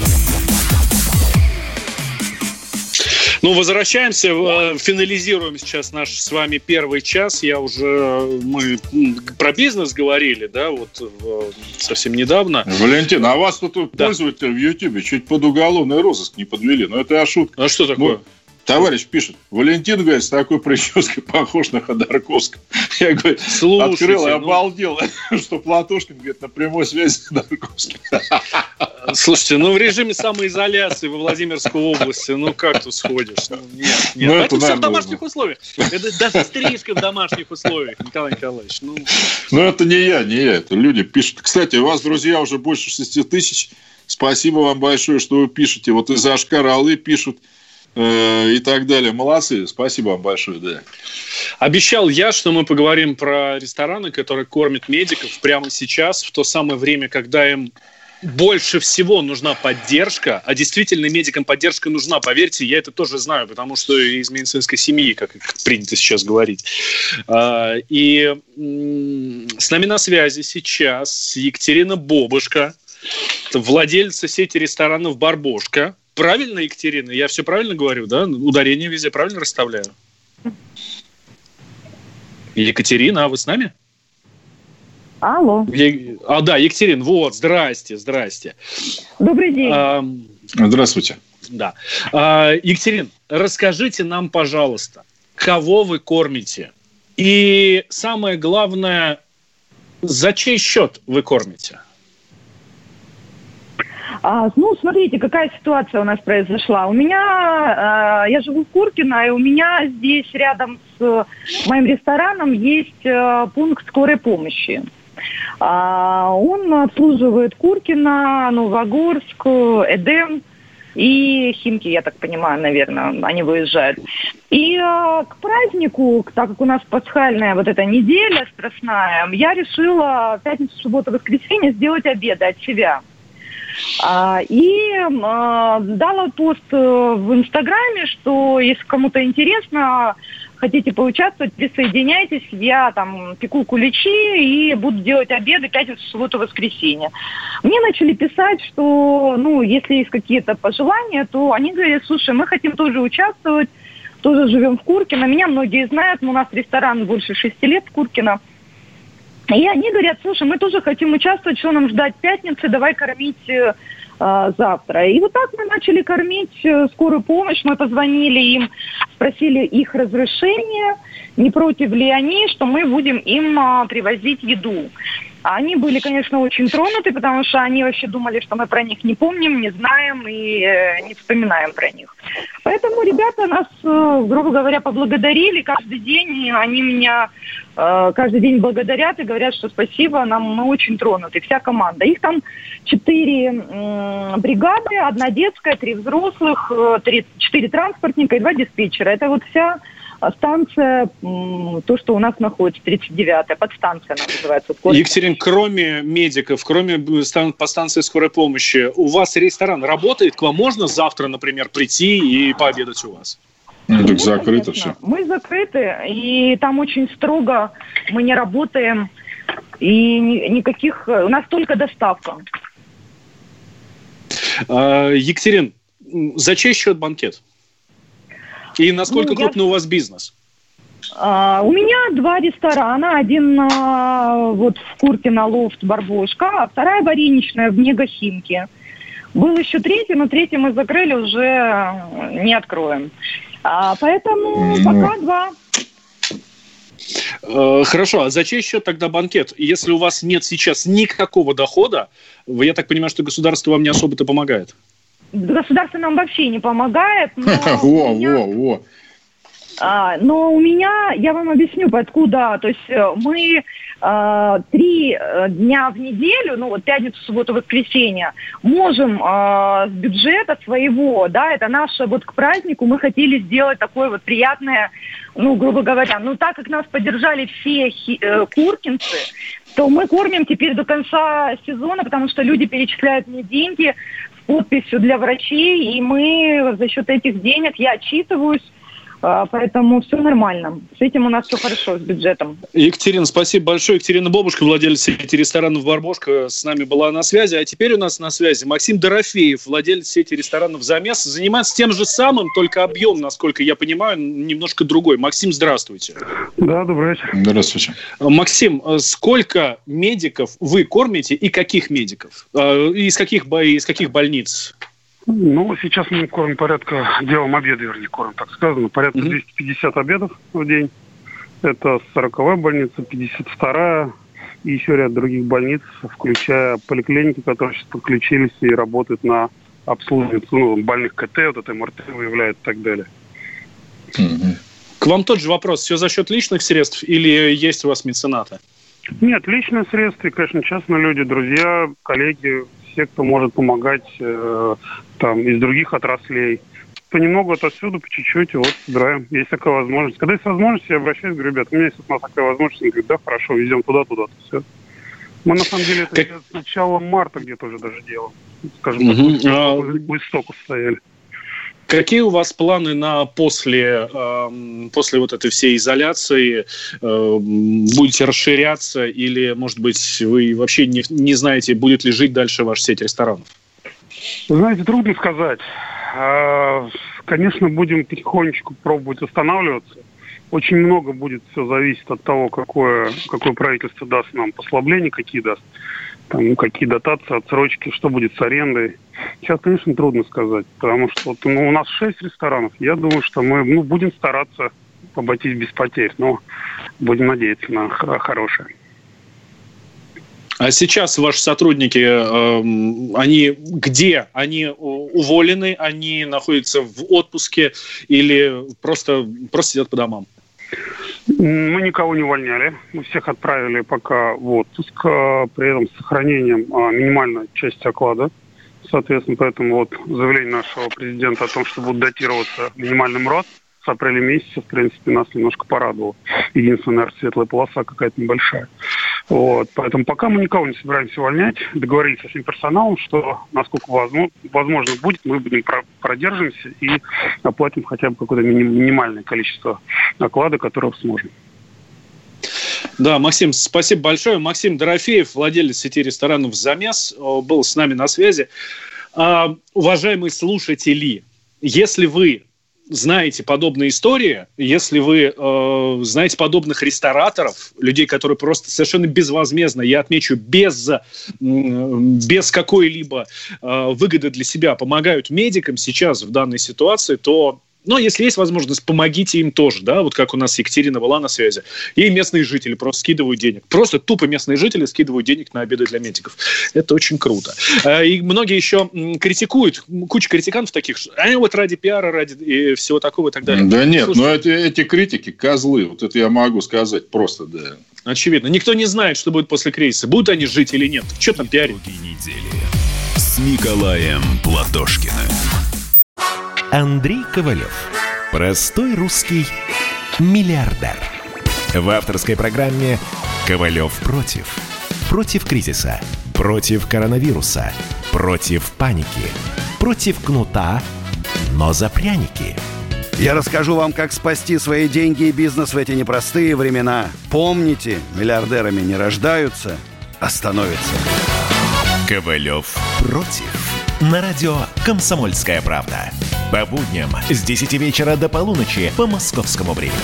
Ну, возвращаемся, финализируем сейчас наш с вами первый час. Мы про бизнес говорили, да, вот совсем недавно. Валентин, а вас тут пользователи в Ютьюбе чуть под уголовный розыск не подвели. Но это я шутка. А что такое? Товарищ пишет, Валентин, говорит, с такой прической похож на Ходорковского. Я, говорит, слушайте, открыл и обалдел, что Платошкин, говорит, на прямой связи с Ходорковским. Слушайте, в режиме самоизоляции во Владимирской области, как тут сходишь? Нет. Это все в домашних условиях. Это даже стрижка в домашних условиях, Николай Николаевич. Это не я, это люди пишут. Кстати, у вас, друзья, уже больше 6 тысяч. Спасибо вам большое, что вы пишете. Вот из Ашкар-Алы пишут. И так далее. Молодцы. Спасибо вам большое. Да. Обещал я, что мы поговорим про рестораны, которые кормят медиков прямо сейчас, в то самое время, когда им больше всего нужна поддержка, а действительно медикам поддержка нужна, поверьте, я это тоже знаю, потому что из медицинской семьи, как принято сейчас говорить. И с нами на связи сейчас Екатерина Бобышко, владельца сети ресторанов «Барбошка». Правильно, Екатерина? Я все правильно говорю, да? Ударение везде правильно расставляю? Екатерина, а вы с нами? Алло. Да, Екатерина, вот, здрасте. Добрый день. Здравствуйте. Да. Екатерина, расскажите нам, пожалуйста, кого вы кормите? И самое главное, за чей счет вы кормите? Смотрите, какая ситуация у нас произошла. Я живу в Куркино, и у меня здесь рядом с моим рестораном есть пункт скорой помощи. Он обслуживает Куркино, Новогорск, Эдем и Химки, я так понимаю, наверное, они выезжают. И к празднику, так как у нас пасхальная вот эта неделя страстная, я решила в пятницу, субботу, воскресенье сделать обеды от себя. И дала пост в Инстаграме, что если кому-то интересно, хотите поучаствовать, присоединяйтесь, я там пеку куличи и буду делать обеды пятницу, субботу, воскресенье. Мне начали писать, что, если есть какие-то пожелания, то они говорят, слушай, мы хотим тоже участвовать, в тоже живем в Куркино. Меня многие знают, у нас ресторан больше 6 лет в Куркино. И они говорят, слушай, мы тоже хотим участвовать, что нам ждать пятницы, давай кормить завтра. И вот так мы начали кормить скорую помощь, мы позвонили им, спросили их разрешения, не против ли они, что мы будем им привозить еду. Они были, конечно, очень тронуты, потому что они вообще думали, что мы про них не помним, не знаем и не вспоминаем про них. Поэтому ребята нас, грубо говоря, поблагодарили каждый день. Они меня каждый день благодарят и говорят, что спасибо, мы очень тронуты, вся команда. Их там 4 бригады, 1 детская, 3 взрослых, 4 транспортника и 2 диспетчера. Это вот вся станция, то, что у нас находится, 39-я, подстанция она называется. Екатерина, кроме медиков, кроме по станции скорой помощи, у вас ресторан работает? К вам можно завтра, например, прийти и пообедать у вас? Так закрыто все. Мы закрыты, и там очень строго мы не работаем, и никаких... У нас только доставка. Екатерин, за чей счет банкет? И насколько крупный у вас бизнес? У меня 2 ресторана. Один вот в Куркино, лофт «Барбошка», а вторая вареничная в Мегахимке. Был еще 3, но 3 мы закрыли, уже не откроем. Поэтому пока 2. Хорошо, а за чей счет тогда банкет? Если у вас нет сейчас никакого дохода, я так понимаю, что государство вам не особо-то помогает? Государство нам вообще не помогает. Но у меня, я вам объясню, откуда. То есть мы 3 дня в неделю, ну вот пятницу, субботу, воскресенье, можем с бюджета своего, да, это наше вот к празднику мы хотели сделать такое вот приятное, ну, грубо говоря, ну так как нас поддержали все куркинцы, то мы кормим теперь до конца сезона, потому что люди перечисляют мне деньги с подписью для врачей, и мы за счет этих денег, я отчитываюсь, поэтому все нормально. С этим у нас все хорошо, с бюджетом. Екатерина, спасибо большое. Екатерина Бобушка, владелец сети ресторанов «Барбошка», с нами была на связи. А теперь у нас на связи Максим Дорофеев, владелец сети ресторанов «Замес». Занимается тем же самым, только объем, насколько я понимаю, немножко другой. Максим, здравствуйте. Да, добрый вечер. Здравствуйте. Максим, сколько медиков вы кормите и каких медиков? Из каких больниц? Ну, сейчас мы кормим делаем обеды, кормим, так сказано, порядка 250 обедов в день. Это 40-я больница, 52-я и еще ряд других больниц, включая поликлиники, которые сейчас подключились и работают на обслуживание больных КТ, вот это МРТ выявляют и так далее. К вам тот же вопрос. Все за счет личных средств или есть у вас меценаты? Нет, личные средства, и, конечно, частные люди, друзья, коллеги, все, кто может помогать из других отраслей. Понемногу отовсюду, по чуть-чуть, вот, собираем. Есть такая возможность. Когда есть возможность, я обращаюсь, говорю, ребят, у меня есть такая возможность. Они говорят, да, хорошо, везем туда-туда. Все. Мы, на самом деле, это с начала марта где-то уже даже делаем. Скажем так, у истоков стояли. Какие у вас планы на после вот этой всей изоляции? Будете расширяться или, может быть, вы вообще не знаете, будет ли жить дальше ваша сеть ресторанов? Знаете, трудно сказать. Конечно, будем потихонечку пробовать останавливаться. Очень много будет все зависеть от того, какое правительство даст нам послабление, какие даст. Какие дотации, отсрочки, что будет с арендой. Сейчас, конечно, трудно сказать, потому что у нас 6 ресторанов. Я думаю, что мы будем стараться обойтись без потерь, но будем надеяться на хорошее. А сейчас ваши сотрудники, они где? Они уволены, они находятся в отпуске или просто сидят по домам? Мы никого не увольняли. Мы всех отправили пока в отпуск, при этом с сохранением минимальной части оклада. Соответственно, поэтому заявление нашего президента о том, что будут датироваться минимальным РОС с апреля месяца, в принципе, нас немножко порадовало. Единственная, наверное, светлая полоса какая-то небольшая. Поэтому пока мы никого не собираемся увольнять. Договорились со всем персоналом, что, насколько возможно будет, мы будем продержимся и оплатим хотя бы какое-то минимальное количество оклада, которое сможем. Да, Максим, спасибо большое. Максим Дорофеев, владелец сети ресторанов «Замес», был с нами на связи. Уважаемые слушатели, если вы знаете подобные истории, если вы знаете подобных рестораторов, людей, которые просто совершенно безвозмездно, я отмечу, без какой-либо выгоды для себя помогают медикам сейчас в данной ситуации, то, если есть возможность, помогите им тоже, да, вот как у нас Екатерина была на связи. И местные жители просто скидывают денег. Просто тупо местные жители скидывают денег на обеды для медиков. Это очень круто. И многие еще критикуют, куча критиканов таких, вот ради пиара, ради всего такого и так далее. Да нет, эти критики козлы, вот это я могу сказать просто, да. Очевидно. Никто не знает, что будет после кризиса. Будут они жить или нет. Что там пиарить? Недели с Николаем Платошкиным. Андрей Ковалев. Простой русский миллиардер. В авторской программе «Ковалев против». Против кризиса, против коронавируса, против паники, против кнута, но за пряники. Я расскажу вам, как спасти свои деньги и бизнес в эти непростые времена. Помните, миллиардерами не рождаются, а становятся. Ковалев против. На радио «Комсомольская правда». По будням с 10 вечера до полуночи по московскому времени.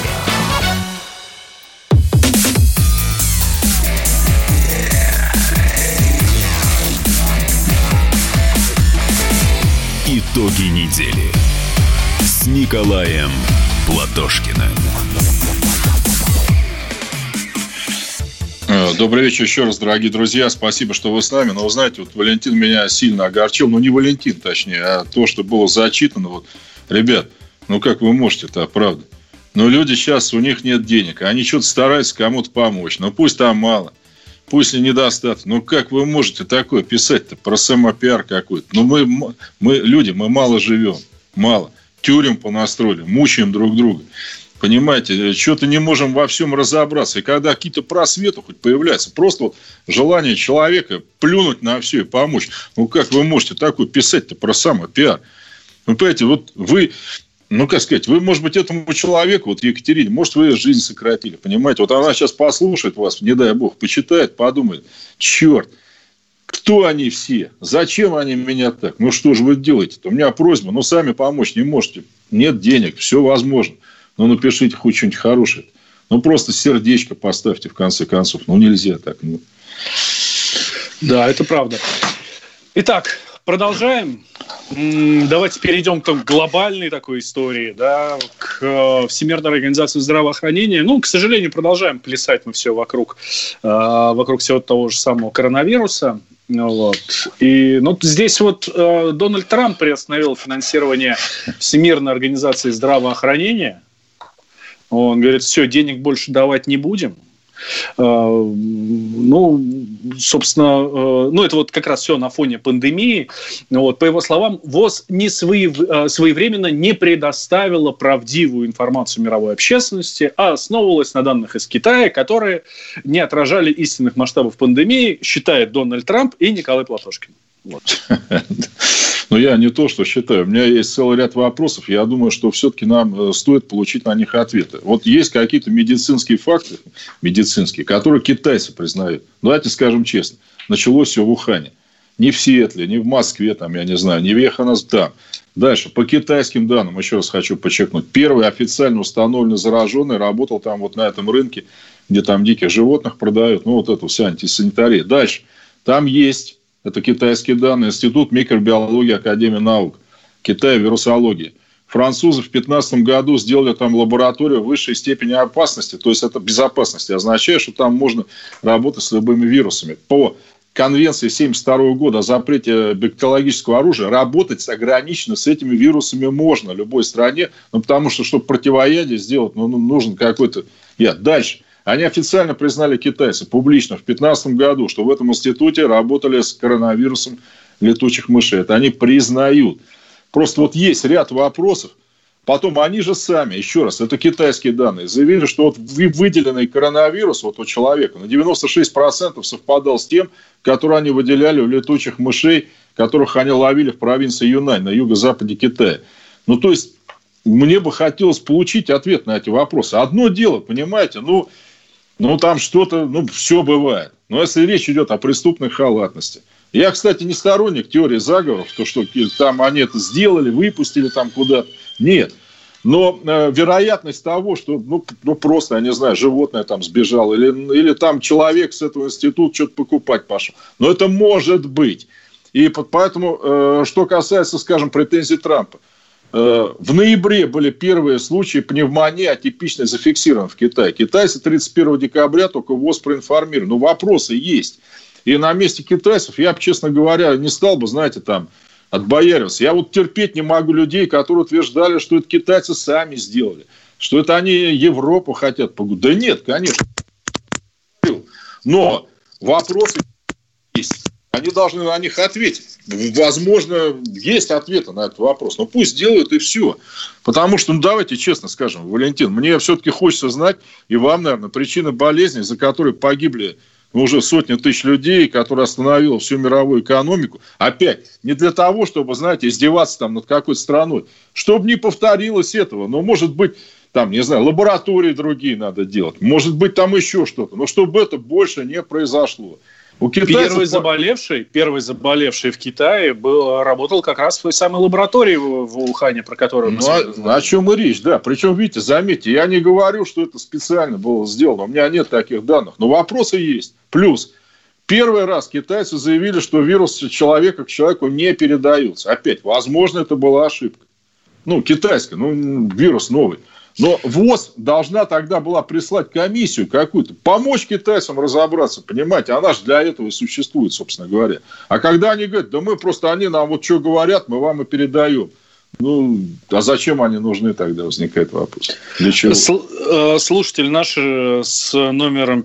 Итоги недели с Николаем Платошкиным. Добрый вечер еще раз, дорогие друзья. Спасибо, что вы с нами. Но вы знаете, вот Валентин меня сильно огорчил. Не Валентин, точнее, а то, что было зачитано. Вот, ребят, как вы можете-то, правда? Люди сейчас, у них нет денег. Они что-то стараются кому-то помочь. Пусть там мало. Пусть и недостаток. Как вы можете такое писать-то про самопиар какой-то? Мы люди, мы мало живем. Мало. Тюрем понастроили. Мучаем друг друга. Понимаете, что-то не можем во всем разобраться. И когда какие-то просветы хоть появляются, просто желание человека плюнуть на все и помочь. Как вы можете такое писать-то про самопиар? Понимаете, вот вы, вы, может быть, этому человеку, Екатерине, может, вы жизнь сократили, понимаете? Она сейчас послушает вас, не дай бог, почитает, подумает, черт, кто они все? Зачем они меня так? Что же вы делаете-то? У меня просьба, сами помочь не можете. Нет денег, все возможно. Напишите хоть что-нибудь хорошее. Просто сердечко поставьте, в конце концов. Нельзя так. Да, это правда. Итак, продолжаем. Давайте перейдем к глобальной такой истории, да, к Всемирной организации здравоохранения. К сожалению, продолжаем плясать мы все вокруг всего того же самого коронавируса. И здесь Дональд Трамп приостановил финансирование Всемирной организации здравоохранения. Он говорит, все, денег больше давать не будем. Собственно, это как раз все на фоне пандемии. По его словам, ВОЗ своевременно не предоставила правдивую информацию мировой общественности, а основывалась на данных из Китая, которые не отражали истинных масштабов пандемии, считает Дональд Трамп и Николай Платошкин. Я не то, что считаю. У меня есть целый ряд вопросов. Я думаю, что все-таки нам стоит получить на них ответы. Есть какие-то медицинские факты, которые китайцы признают. Давайте скажем честно. Началось все в Ухане. Не в Сиэтле, не в Москве, я не знаю, не в Йоханнесбурге. Дальше. По китайским данным, еще раз хочу подчеркнуть. Первый официально установленный зараженный работал там на этом рынке, где там диких животных продают. Это вся антисанитария. Дальше. Там есть... Это китайские данные. Институт микробиологии Академии наук. Китай, вирусология. Французы в 2015 году сделали там лабораторию высшей степени опасности. То есть, это безопасности. Означает, что там можно работать с любыми вирусами. По конвенции 1972 года о запрете бактериологического оружия работать ограниченно с этими вирусами можно любой стране. Потому что, чтобы противоядие сделать, нужен какой-то яд. Дальше. Они официально признали, китайцы, публично в 2015 году, что в этом институте работали с коронавирусом летучих мышей. Это они признают. Просто есть ряд вопросов. Потом они же сами, еще раз, это китайские данные, заявили, что выделенный коронавирус у человека на 96% совпадал с тем, который они выделяли у летучих мышей, которых они ловили в провинции Юнань на юго-западе Китая. То есть, мне бы хотелось получить ответ на эти вопросы. Одно дело, понимаете, там что-то, все бывает. Но если речь идет о преступной халатности. Я, кстати, не сторонник теории заговоров, то, что там они это сделали, выпустили там куда-то. Нет. Но вероятность того, что, просто, я не знаю, животное там сбежало, или там человек с этого института что-то покупать пошел. Но это может быть. И поэтому, что касается, скажем, претензий Трампа, в ноябре были первые случаи пневмонии атипичной зафиксированы в Китае. Китайцы 31 декабря только ВОЗ проинформировали. Но вопросы есть. И на месте китайцев я бы, честно говоря, не стал бы, знаете, там, отбояриваться. Я вот терпеть не могу людей, которые утверждали, что это китайцы сами сделали. Что это они Европу хотят погубить. Да нет, конечно. Но вопросы есть. Они должны на них ответить. Возможно, есть ответы на этот вопрос. Но пусть делают и все. Потому что, давайте честно скажем, Валентин, мне все-таки хочется знать, и вам, наверное, причины болезни, за которые погибли уже сотни тысяч людей, которая остановила всю мировую экономику. Опять, не для того, чтобы, знаете, издеваться там над какой-то страной. Чтобы не повторилось этого. Но, может быть, там, не знаю, лаборатории другие надо делать. Может быть, там еще что-то. Но чтобы это больше не произошло. У китайцев... Первый заболевший в Китае работал как раз в той самой лаборатории в Ухане, про которую мы сказали. О чем и речь, да. Причем, видите, заметьте, я не говорю, что это специально было сделано. У меня нет таких данных. Но вопросы есть. Плюс, первый раз китайцы заявили, что вирус человека к человеку не передается. Опять, возможно, это была ошибка. Китайская, вирус новый. Но ВОЗ должна тогда была прислать комиссию какую-то, помочь китайцам разобраться, понимаете, она же для этого и существует, собственно говоря. А когда они говорят, они нам вот что говорят, мы вам и передаем. А зачем они нужны тогда, возникает вопрос. Для чего? Слушатель наш с номером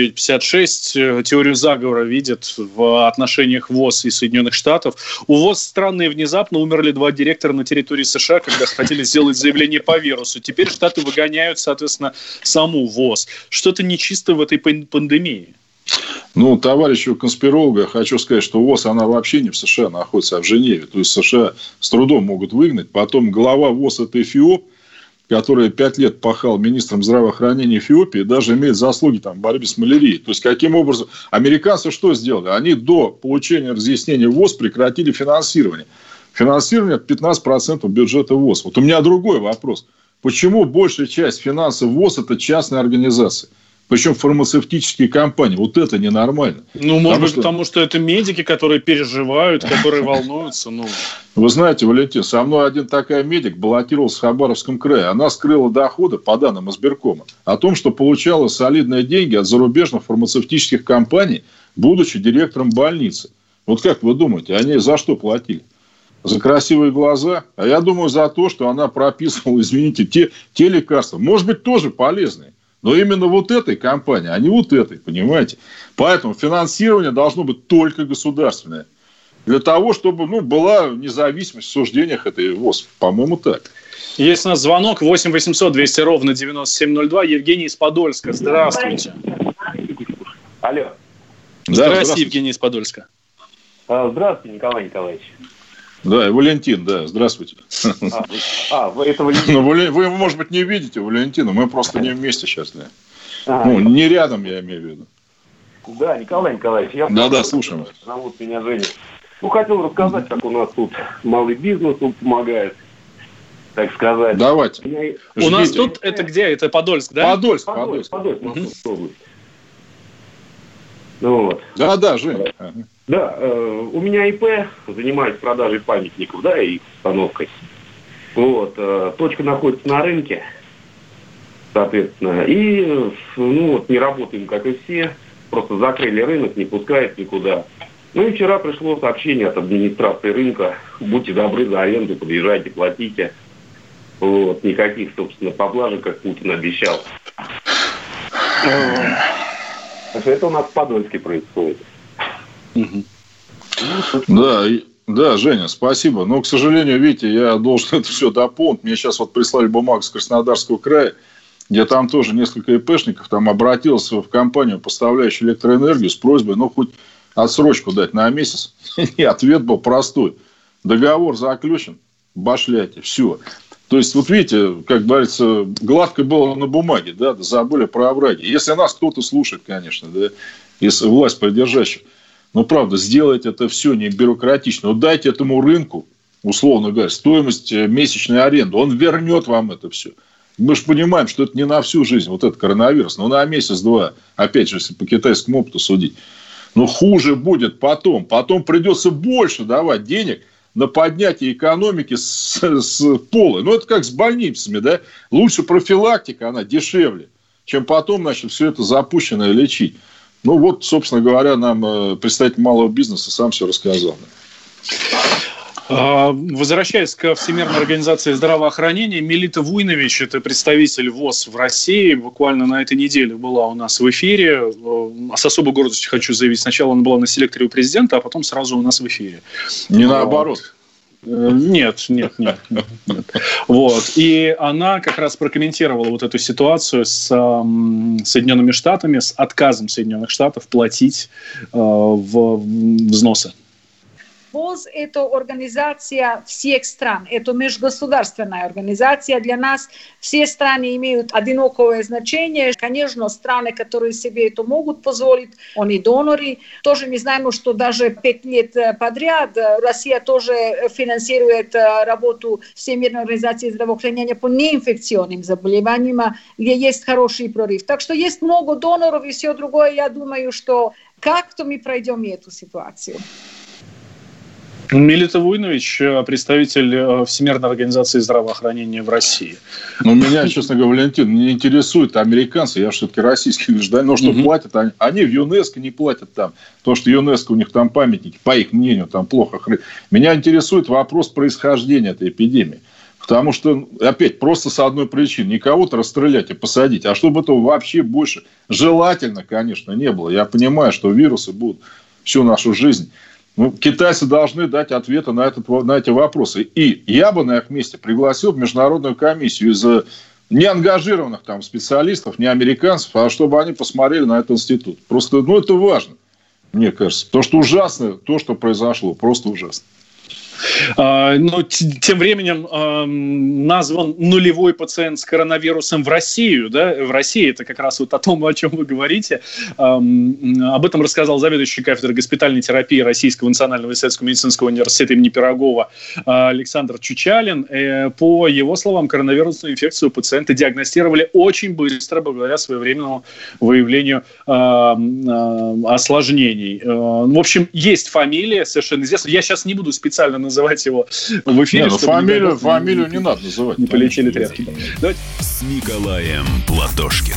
5956 теорию заговора видит в отношениях ВОЗ и Соединенных Штатов. У ВОЗ странно и внезапно умерли 2 директора на территории США, когда хотели сделать заявление по вирусу. Теперь Штаты выгоняют, соответственно, саму ВОЗ. Что-то нечисто в этой пандемии. Товарищу конспиролога хочу сказать, что ВОЗ, она вообще не в США находится, а в Женеве. То есть США с трудом могут выгнать. Потом глава ВОЗ – это Эфиоп, который 5 лет пахал министром здравоохранения Эфиопии, и даже имеет заслуги в борьбе с малярией. То есть, каким образом... Американцы что сделали? Они до получения разъяснения ВОЗ прекратили финансирование. Финансирование – это 15% бюджета ВОЗ. Вот у меня другой вопрос. Почему большая часть финансов ВОЗ – это частные организации? Причем фармацевтические компании. Вот это ненормально. Потому что это медики, которые переживают, которые волнуются. Вы знаете, Валентин, со мной один такой медик баллотировался в Хабаровском крае. Она скрыла доходы, по данным избиркома, о том, что получала солидные деньги от зарубежных фармацевтических компаний, будучи директором больницы. Вот как вы думаете, они за что платили? За красивые глаза? А я думаю, за то, что она прописывала, извините, те лекарства. Может быть, тоже полезные. Но именно вот этой компании, а не вот этой, понимаете? Поэтому финансирование должно быть только государственное. Для того, чтобы была независимость в суждениях этой ВОЗ. По-моему, так. Есть у нас звонок 8 800 200 ровно 9702. Евгений из Подольска. Здравствуйте. Алло. Здравствуйте, Евгений из Подольска. Здравствуйте, Николай Николаевич. Да, и Валентин, да, здравствуйте. Это Валентин. Вы, может быть, не видите Валентина, мы просто не вместе сейчас, да. Не рядом, я имею в виду. Да, Николай Николаевич. Да, слушаем. Зовут меня Женя. Хотел рассказать, как у нас тут малый бизнес помогает, так сказать. Давайте. У нас тут, это где? Это Подольск, да? Подольск. Да, Женя. Да, у меня ИП, занимаюсь продажей памятников, и их установкой. Точка находится на рынке, соответственно. И, не работаем, как и все. Просто закрыли рынок, не пускают никуда. И вчера пришло сообщение от администрации рынка. Будьте добры, за аренду подъезжайте, платите. Никаких, собственно, поблажек, как Путин обещал. Это у нас в Подольске происходит. Да, Женя, спасибо. Но, к сожалению, видите, я должен это все дополнить. Мне сейчас прислали бумагу с Краснодарского края, где там тоже несколько ИПшников обратился в компанию, поставляющую электроэнергию, с просьбой, хоть отсрочку дать на месяц. И ответ был простой. Договор заключен, башляйте, все. То есть, видите, как говорится, гладко было на бумаге, забыли про овраги. Если нас кто-то слушает, конечно, из власть придержащих, правда, сделайте это все не бюрократично. Дайте этому рынку условно говоря, стоимость месячной аренды. Он вернет вам это все. Мы же понимаем, что это не на всю жизнь, вот этот коронавирус, но на месяц-два, опять же, если по китайскому опыту судить. Но хуже будет потом. Потом придется больше давать денег на поднятие экономики с пола. Ну, это как с больницами, да? Лучше профилактика, она дешевле, чем потом, значит, все это запущенное лечить. Ну, вот, собственно говоря, нам представитель малого бизнеса сам все рассказал. Возвращаясь к Всемирной организации здравоохранения, Мелита Вуйнович, это представитель ВОЗ в России, буквально на этой неделе была у нас в эфире. С особой гордостью хочу заявить, сначала она была на селекторе у президента, а потом сразу у нас в эфире. Не наоборот. Нет. Вот. И она как раз прокомментировала вот эту ситуацию с Соединенными Штатами, с отказом Соединенных Штатов платить взносы. ВОЗ – это организация всех стран, это межгосударственная организация. Для нас все страны имеют одинаковое значение. Конечно, страны, которые себе это могут позволить, они доноры. Тоже не знаем, что даже 5 лет подряд Россия тоже финансирует работу Всемирной организации здравоохранения по неинфекционным заболеваниям, где есть хороший прорыв. Так что есть много доноров и все другое. Я думаю, что как-то мы пройдем эту ситуацию. Мелита Вуйнович, представитель Всемирной организации здравоохранения в России. Ну, меня, честно говоря, Валентин, не интересует американцы, я все-таки российский гражданин, но что платят, они в ЮНЕСКО не платят там, то, что ЮНЕСКО у них там памятники, по их мнению, там плохо. Меня интересует вопрос происхождения этой эпидемии. Потому что, опять, просто с одной причины. Не кого-то расстрелять и посадить, а чтобы этого вообще больше желательно, конечно, не было. Я понимаю, что вирусы будут всю нашу жизнь. Ну, китайцы должны дать ответы на эти вопросы. И я бы на их месте пригласил в международную комиссию из неангажированных там специалистов, не американцев, а чтобы они посмотрели на этот институт. Просто, это важно, мне кажется. Потому что ужасно то, что произошло. Просто ужасно. Но тем временем назван нулевой пациент с коронавирусом в Россию. Да? В России это как раз вот о том, о чем вы говорите. Об этом рассказал заведующий кафедрой госпитальной терапии Российского национального исследовательского медицинского университета имени Пирогова Александр Чучалин. По его словам, коронавирусную инфекцию пациента диагностировали очень быстро благодаря своевременному выявлению осложнений. В общем, есть фамилия совершенно известная. Я сейчас не буду специально называть его в эфире. Фамилию не надо называть. Не полетели тряпки. С Николаем Платошкиным.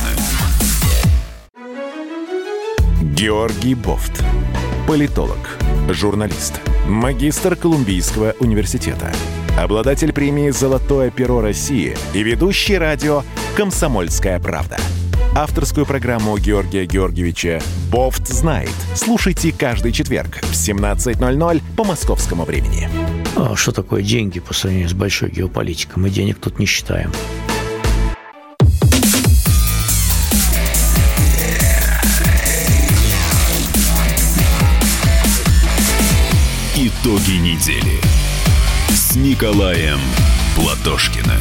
Георгий Бофт. Политолог, журналист, магистр Колумбийского университета, обладатель премии «Золотое перо России» и ведущий радио «Комсомольская правда». Авторскую программу Георгия Георгиевича «Бофт знает». Слушайте каждый четверг в 17:00 по московскому времени. Что такое деньги по сравнению с большой геополитикой? Мы денег тут не считаем. Итоги недели с Николаем Платошкиным.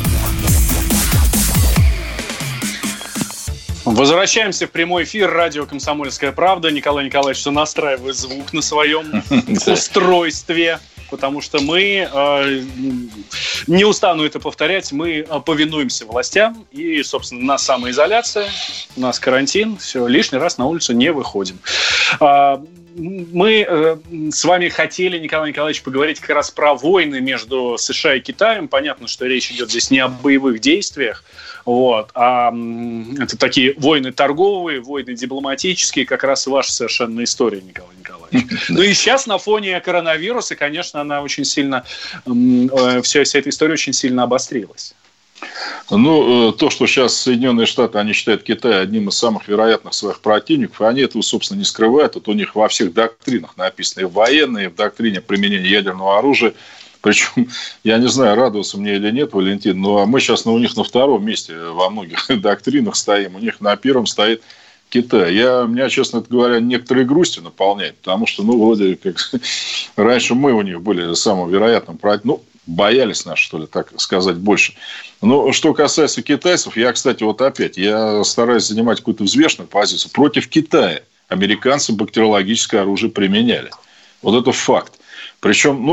Возвращаемся в прямой эфир. Радио «Комсомольская правда». Николай Николаевич настраивает звук на своем устройстве, потому что мы, не устану это повторять, мы повинуемся властям. И, собственно, у нас самоизоляция, у нас карантин. Все, лишний раз на улицу не выходим. Мы с вами хотели, Николай Николаевич, поговорить как раз про войны между США и Китаем. Понятно, что речь идет здесь не о боевых действиях, а это такие войны торговые, войны дипломатические, как раз ваша совершенно история, Николай Николаевич. Ну и сейчас на фоне коронавируса, конечно, она очень сильно, вся эта история очень сильно обострилась. Ну, то, что сейчас Соединенные Штаты, они считают Китай одним из самых вероятных своих противников, они этого, собственно, не скрывают. Это у них во всех доктринах написано, и в военной, и в доктрине применения ядерного оружия. Причем, я не знаю, радоваться мне или нет, Валентин, но мы сейчас у них на втором месте во многих доктринах стоим. У них на первом стоит Китай. Меня, честно говоря, некоторые грусти наполняет, потому что, вроде как раньше мы у них были самым вероятным противником. Боялись нас, что ли, так сказать, больше. Но что касается китайцев, я, кстати, я стараюсь занимать какую-то взвешенную позицию. Против Китая американцы бактериологическое оружие применяли. Вот это факт. Причем,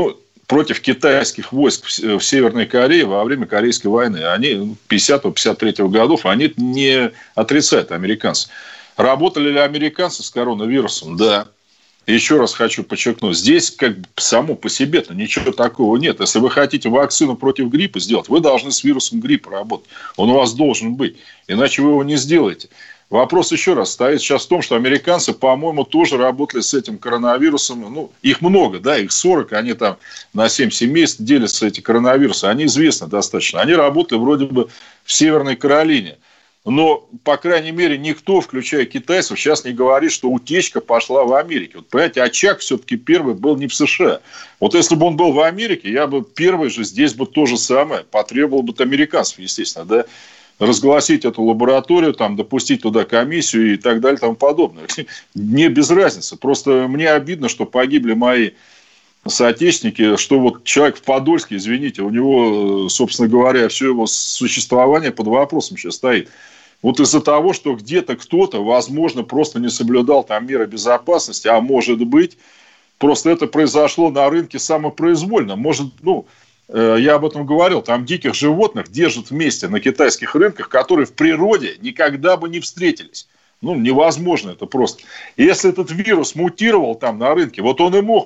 против китайских войск в Северной Корее во время Корейской войны. Они 50-53 годов, они не отрицают, американцы. Работали ли американцы с коронавирусом? Да. Еще раз хочу подчеркнуть, здесь как бы само по себе-то ничего такого нет. Если вы хотите вакцину против гриппа сделать, вы должны с вирусом гриппа работать. Он у вас должен быть, иначе вы его не сделаете. Вопрос еще раз стоит сейчас в том, что американцы, по-моему, тоже работали с этим коронавирусом. Ну, их много, да, их 40, они там на 7 семейств делятся, эти коронавирусы. Они известны достаточно. Они работали вроде бы в Северной Каролине. Но, по крайней мере, никто, включая китайцев, сейчас не говорит, что утечка пошла в Америке. Вот, понимаете, очаг все-таки первый был не в США. Вот если бы он был в Америке, я бы первый же здесь бы то же самое потребовал бы от американцев, естественно, да, разгласить эту лабораторию, там, допустить туда комиссию и так далее, и тому подобное. Мне без разницы. Просто мне обидно, что погибли мои соотечественники, что вот человек в Подольске, извините, у него, собственно говоря, все его существование под вопросом сейчас стоит. Вот из-за того, что где-то кто-то, возможно, просто не соблюдал там меры безопасности, а может быть, просто это произошло на рынке самопроизвольно. Может, я об этом говорил, там диких животных держат вместе на китайских рынках, которые в природе никогда бы не встретились. Невозможно это просто. Если этот вирус мутировал там на рынке, вот он и мог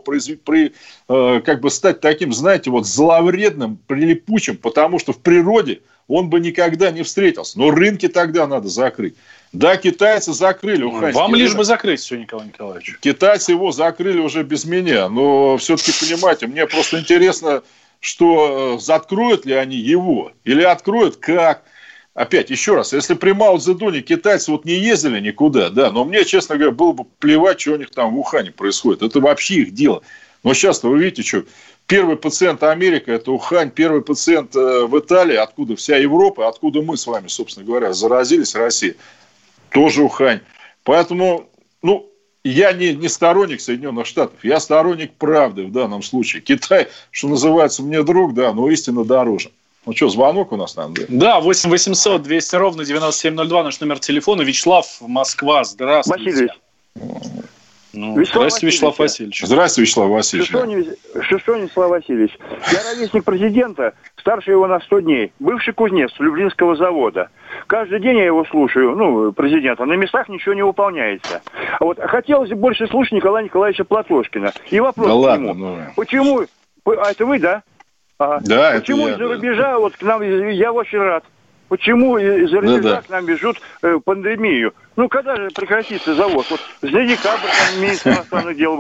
стать таким, знаете, вот зловредным, прилипучим, потому что в природе он бы никогда не встретился. Но рынки тогда надо закрыть. Да, китайцы закрыли уханьский. Вам лишь бы закрыть все, Николай Николаевич. Китайцы его закрыли уже без меня. Но все-таки, понимаете, мне просто интересно, что закроют ли они его или откроют как. Опять, еще раз, если при Мао Цзэдуне китайцы вот не ездили никуда, да, но мне, честно говоря, было бы плевать, что у них там в Ухане происходит. Это вообще их дело. Но сейчас-то вы видите, что первый пациент Америка – это Ухань, первый пациент в Италии, откуда вся Европа, откуда мы с вами, собственно говоря, заразились, Россия, тоже Ухань. Поэтому, я не сторонник Соединенных Штатов, я сторонник правды в данном случае. Китай, что называется, мне друг, да, но истина дороже. Звонок у нас там? Да, 8 800 200 ровно 9702, наш номер телефона. Вячеслав, Москва, здравствуйте. Здравствуйте, Вячеслав Васильевич. Здравствуйте, Вячеслав Васильевич. Шишонин Вячеслав Васильевич. Я ровесник президента, старше его на 100 дней. Бывший кузнец Люблинского завода. Каждый день я его слушаю, президента. На местах ничего не выполняется. А вот хотелось бы больше слушать Николая Николаевича Платошкина. И вопрос к нему. Почему... А это вы, да? Да, почему из-за рубежа, вот к нам, я очень рад, почему из-за рубежа к нам бежут пандемию? Когда же прекратится завод? Вот за декабрь министр иностранных дел.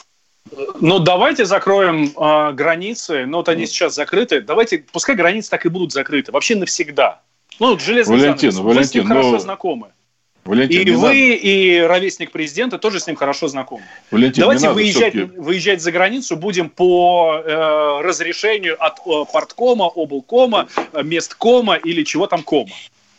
Давайте закроем границы, они сейчас закрыты. Давайте, пускай границы так и будут закрыты, вообще навсегда. Железный занавес, вы с ним хорошо знакомы. Валентин, и вы, и ровесник президента тоже с ним хорошо знакомы. Валентин, давайте выезжать за границу будем по разрешению от парткома, облкома, месткома или чего там кома.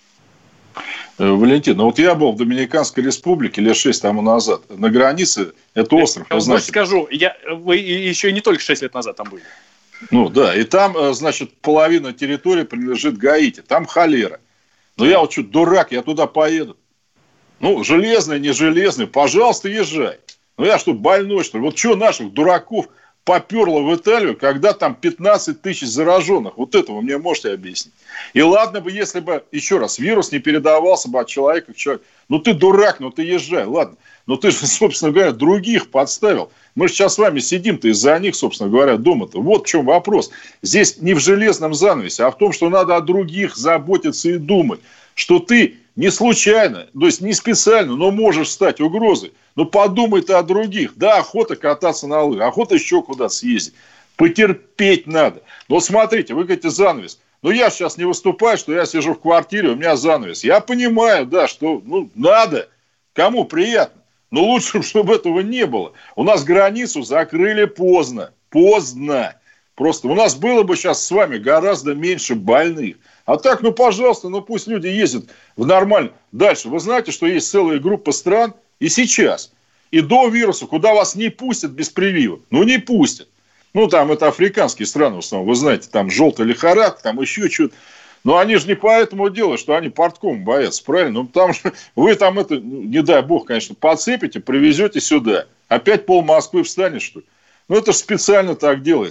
Валентин, я был в Доминиканской республике лет 6 тому назад. На границе, это остров, вы знаете. Скажу, вы еще не только 6 лет назад там были. И там, половина территории принадлежит Гаити. Там холера. Я дурак, я туда поеду. Железный, не железный, пожалуйста, езжай. Я что, больной, что ли? Вот что наших дураков поперло в Италию, когда там 15 тысяч зараженных? Вот это вы мне можете объяснить? И ладно бы, если бы, еще раз, вирус не передавался бы от человека к человеку. Ты дурак, ты езжай, ладно. Но ты же, собственно говоря, других подставил. Мы же сейчас с вами сидим-то из-за них, собственно говоря, дома-то. Вот в чем вопрос. Здесь не в железном занавесе, а в том, что надо о других заботиться и думать. Что ты не случайно, то есть не специально, но можешь стать угрозой. Подумай ты о других. Да, охота кататься на лыжах, охота еще куда-то съездить. Потерпеть надо. Смотрите, вы говорите занавес. Я сейчас не выступаю, что я сижу в квартире, у меня занавес. Я понимаю, да, что надо. Кому приятно. Но лучше, чтобы этого не было. У нас границу закрыли поздно. Поздно. Просто у нас было бы сейчас с вами гораздо меньше больных. А так, пожалуйста, пусть люди ездят в нормально. Дальше, вы знаете, что есть целая группа стран и сейчас, и до вируса, куда вас не пустят без прививок. Не пустят. Там это африканские страны в основном. Вы знаете, там желтая лихорадка, там еще что-то. Но они же не поэтому делают, что они партком боятся, правильно? Потому что вы там это, не дай бог, конечно, подцепите, привезете сюда. Опять пол Москвы встанет, что ли? Это же специально так делается.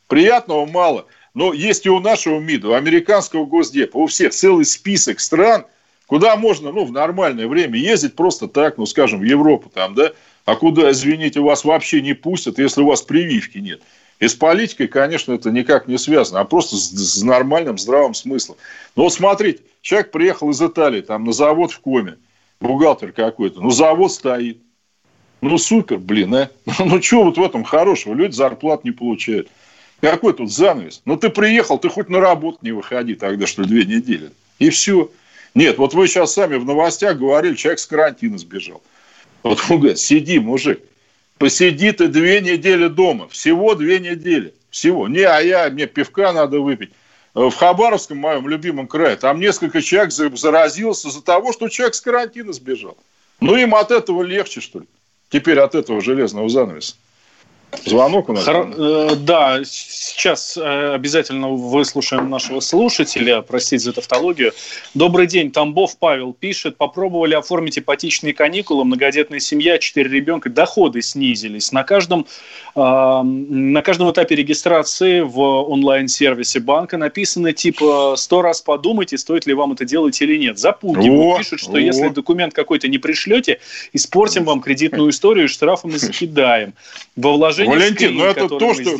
Приятного мало. Но есть и у нашего МИДа, у американского Госдепа, у всех целый список стран, куда можно, в нормальное время ездить просто так, скажем, в Европу там, да, а куда, извините, вас вообще не пустят, если у вас прививки нет. И с политикой, конечно, это никак не связано, а просто с нормальным, здравым смыслом. Смотрите, человек приехал из Италии, там, на завод в Коме, бухгалтер какой-то, завод стоит. Супер, а. Что вот в этом хорошего? Люди зарплат не получают. Какой тут занавес? Ты приехал, ты хоть на работу не выходи тогда, что ли, 2 недели. И все. Нет, вот вы сейчас сами в новостях говорили, человек с карантина сбежал. Вот он говорит, сиди, мужик. Посиди ты 2 недели дома. Всего 2 недели. Всего. Мне пивка надо выпить. В Хабаровском, моем любимом крае, там несколько человек заразилось из-за того, что человек с карантина сбежал. Им от этого легче, что ли? Теперь от этого железного занавеса. Звонок у нас. Да, сейчас обязательно выслушаем нашего слушателя. Простите за тавтологию. Добрый день. Тамбов Павел пишет. Попробовали оформить ипотечные каникулы. Многодетная семья, 4 ребенка. Доходы снизились. На каждом этапе регистрации в онлайн-сервисе банка написано 100 раз подумайте, стоит ли вам это делать или нет. Запугивают. Пишут, что если документ какой-то не пришлете, испортим вам кредитную историю и штрафами закидаем. Во вложении Валентин, это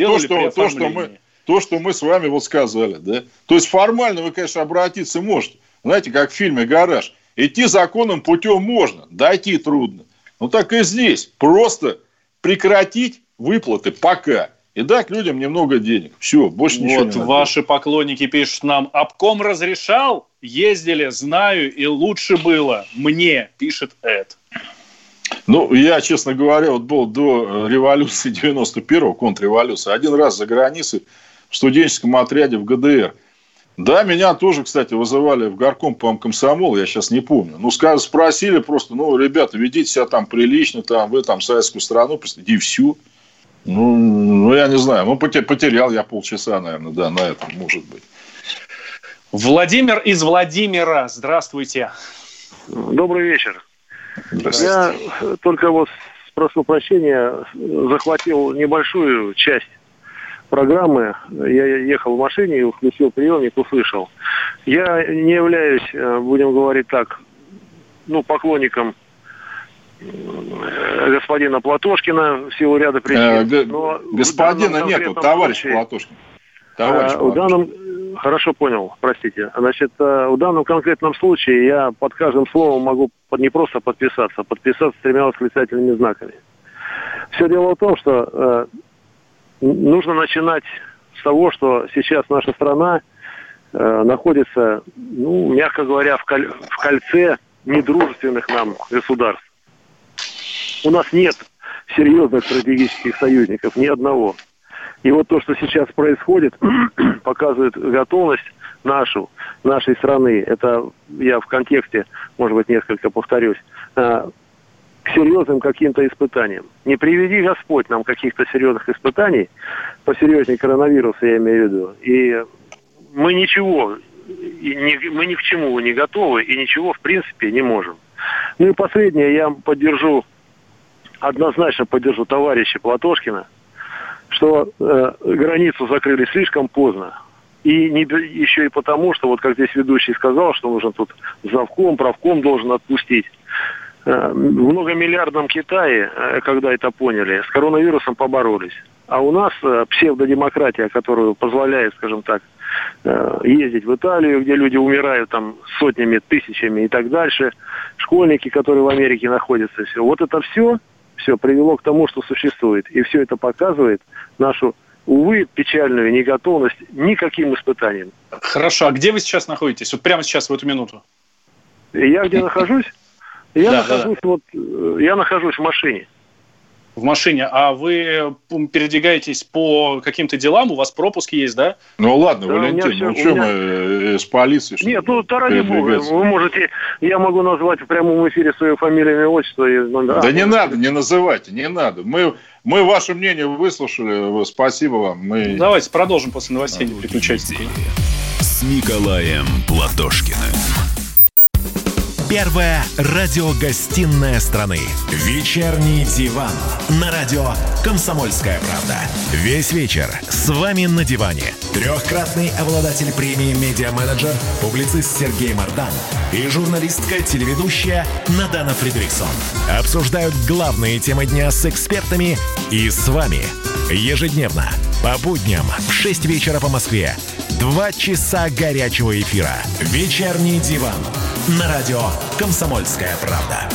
то, что мы с вами сказали. Да? То есть, формально вы, конечно, обратиться можете. Знаете, как в фильме «Гараж». Идти законным путем можно, дойти трудно. Так и здесь. Просто прекратить выплаты пока. И дать людям немного денег. Все, больше ничего не надо. Ваши поклонники пишут нам: обком разрешал, ездили, знаю, и лучше было. Мне, пишет Эд. Я, честно говоря, был до революции 91-го, контрреволюции, один раз за границей в студенческом отряде в ГДР. Да, меня тоже, кстати, вызывали в горком, по-моему, комсомол, я сейчас не помню. Спросили просто, ребята, ведите себя там прилично, вы там советскую страну, и все. Я не знаю, потерял я полчаса, наверное, да, на этом, может быть. Владимир из Владимира, здравствуйте. Добрый вечер. Я только прошу прощения, захватил небольшую часть программы. Я ехал в машине, включил приемник, услышал. Я не являюсь, будем говорить так, поклонником господина Платошкина в силу ряда причин. Господина нету, товарищ Платошкин. Хорошо понял, простите. Значит, в данном конкретном случае я под каждым словом могу не просто подписаться, подписаться с 3 восклицательными знаками. Все дело в том, что нужно начинать с того, что сейчас наша страна находится, мягко говоря, в кольце недружественных нам государств. У нас нет серьезных стратегических союзников, ни одного. И вот то, что сейчас происходит, показывает готовность нашей страны. Это я в контексте, может быть, несколько повторюсь, к серьезным каким-то испытаниям. Не приведи Господь нам каких-то серьезных испытаний, посерьезнее коронавируса, я имею в виду. И мы мы ни к чему не готовы и ничего, в принципе, не можем. И последнее, я однозначно поддержу товарища Платошкина, что границу закрыли слишком поздно. И еще и потому, что, как здесь ведущий сказал, что нужен тут завком, правком должен отпустить. В многомиллиардном Китае, когда это поняли, с коронавирусом поборолись. А у нас псевдодемократия, которая позволяет, скажем так, ездить в Италию, где люди умирают там сотнями, тысячами и так дальше, школьники, которые в Америке находятся, все. Вот это все привело к тому, что существует. И все это показывает нашу, увы, печальную неготовность никаким испытаниям. Хорошо, а где вы сейчас находитесь? Вот прямо сейчас, в эту минуту. Я где нахожусь? Я нахожусь в машине. В машине. А вы передвигаетесь по каким-то делам? У вас пропуски есть, да? Ладно, Валентин, что мы с полицией? Нет, ради бога, вы можете, я могу назвать в прямом эфире свою фамилию, имя, отчество. Да не надо, не называйте, не надо. Мы ваше мнение выслушали, спасибо вам. Давайте продолжим после новостей, не переключайтесь. С Николаем Платошкиным. Первая радиогостинная страны. Вечерний диван. На радио «Комсомольская правда». Весь вечер с вами на диване. Трехкратный обладатель премии «Медиа-менеджер», публицист Сергей Мардан и журналистка-телеведущая Надана Фридрихсон обсуждают главные темы дня с экспертами и с вами. Ежедневно, по будням в 6 вечера по Москве. 2 часа горячего эфира. Вечерний диван. На радио «Комсомольская правда».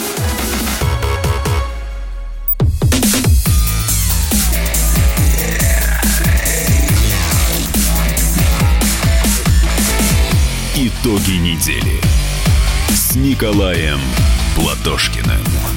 Итоги недели с Николаем Платошкиным.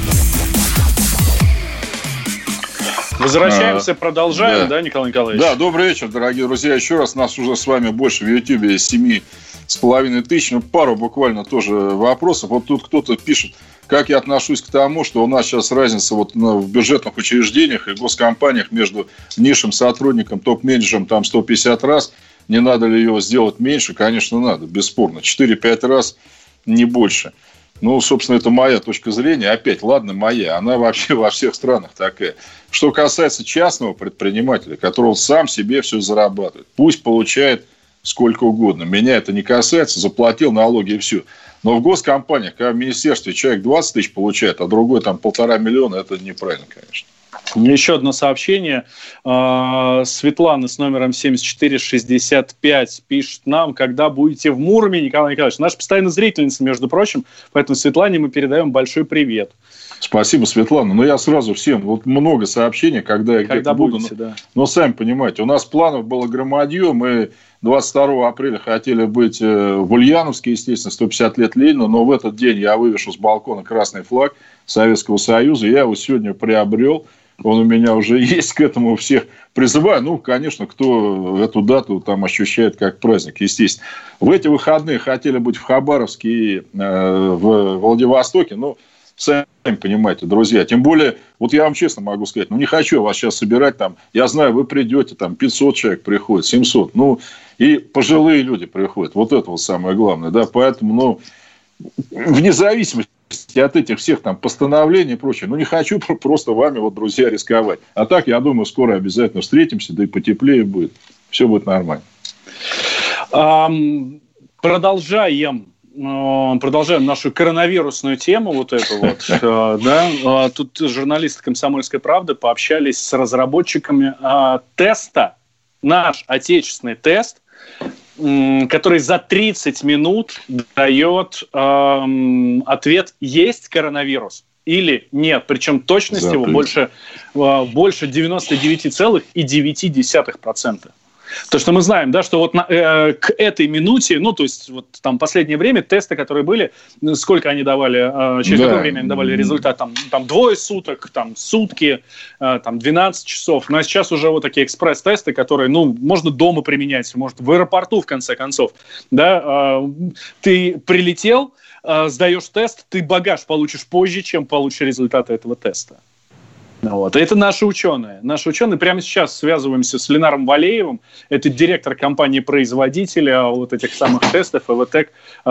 Возвращаемся, продолжаем, да, Николай Николаевич? Да, добрый вечер, дорогие друзья. Еще раз, нас уже с вами больше в Ютьюбе 7,5 тысяч. Пару буквально тоже вопросов. Вот тут кто-то пишет, как я отношусь к тому, что у нас сейчас разница в бюджетных учреждениях и госкомпаниях между низшим сотрудником, топ-менеджером там 150 раз. Не надо ли его сделать меньше? Конечно, надо, бесспорно. 4-5 раз, не больше. Ну, собственно, это моя точка зрения. Опять, ладно, моя. Она вообще во всех странах такая. Что касается частного предпринимателя, который сам себе все зарабатывает, пусть получает сколько угодно. Меня это не касается, заплатил налоги и все. Но в госкомпаниях, когда в министерстве человек 20 тысяч получает, а другой там 1,5 миллиона, это неправильно, конечно. Еще одно сообщение. Светлана с номером 7465 пишет нам, когда будете в Муроме, Николай Николаевич. Наша постоянная зрительница, между прочим, поэтому Светлане мы передаем большой привет. Спасибо, Светлана. Но я сразу всем, вот много сообщений, когда я где-то буду. Да. Но сами понимаете, у нас планов было громадье. Мы 22 апреля хотели быть в Ульяновске, естественно, 150 лет Ленина. Но в этот день я вывешу с балкона красный флаг Советского Союза. Я его сегодня приобрел. Он у меня уже есть, к этому всех призываю. Ну, конечно, кто эту дату там ощущает как праздник, естественно. В эти выходные хотели быть в Хабаровске и в Владивостоке. Ну, сами понимаете, друзья. Тем более, вот я вам честно могу сказать, не хочу вас сейчас собирать там. Я знаю, вы придете, там 500 человек приходит, 700. Ну, и пожилые люди приходят. Вот это вот самое главное, да. Поэтому, вне зависимости от этих всех там постановлений и прочее. Не хочу просто вами, вот, друзья, рисковать. А так, я думаю, скоро обязательно встретимся, да и потеплее будет. Все будет нормально. Продолжаем нашу коронавирусную тему, вот эту вот. Да. Тут журналисты «Комсомольской правды» пообщались с разработчиками теста, наш отечественный тест, который за 30 минут дает ответ, есть коронавирус или нет. Причем точность его больше 99,9%. То, что мы знаем, да, что вот к этой минуте, то есть вот там последнее время тесты, которые были, сколько они давали, через какое время они давали результат, там 2 суток, там сутки, там 12 часов. Ну, а сейчас уже вот такие экспресс-тесты, которые, можно дома применять, может, в аэропорту, в конце концов, да, ты прилетел, сдаешь тест, ты багаж получишь позже, чем получишь результаты этого теста. Вот. Это наши ученые. Наши ученые. Прямо сейчас связываемся с Ленаром Валеевым. Это директор компании-производителя вот этих самых тестов Evotec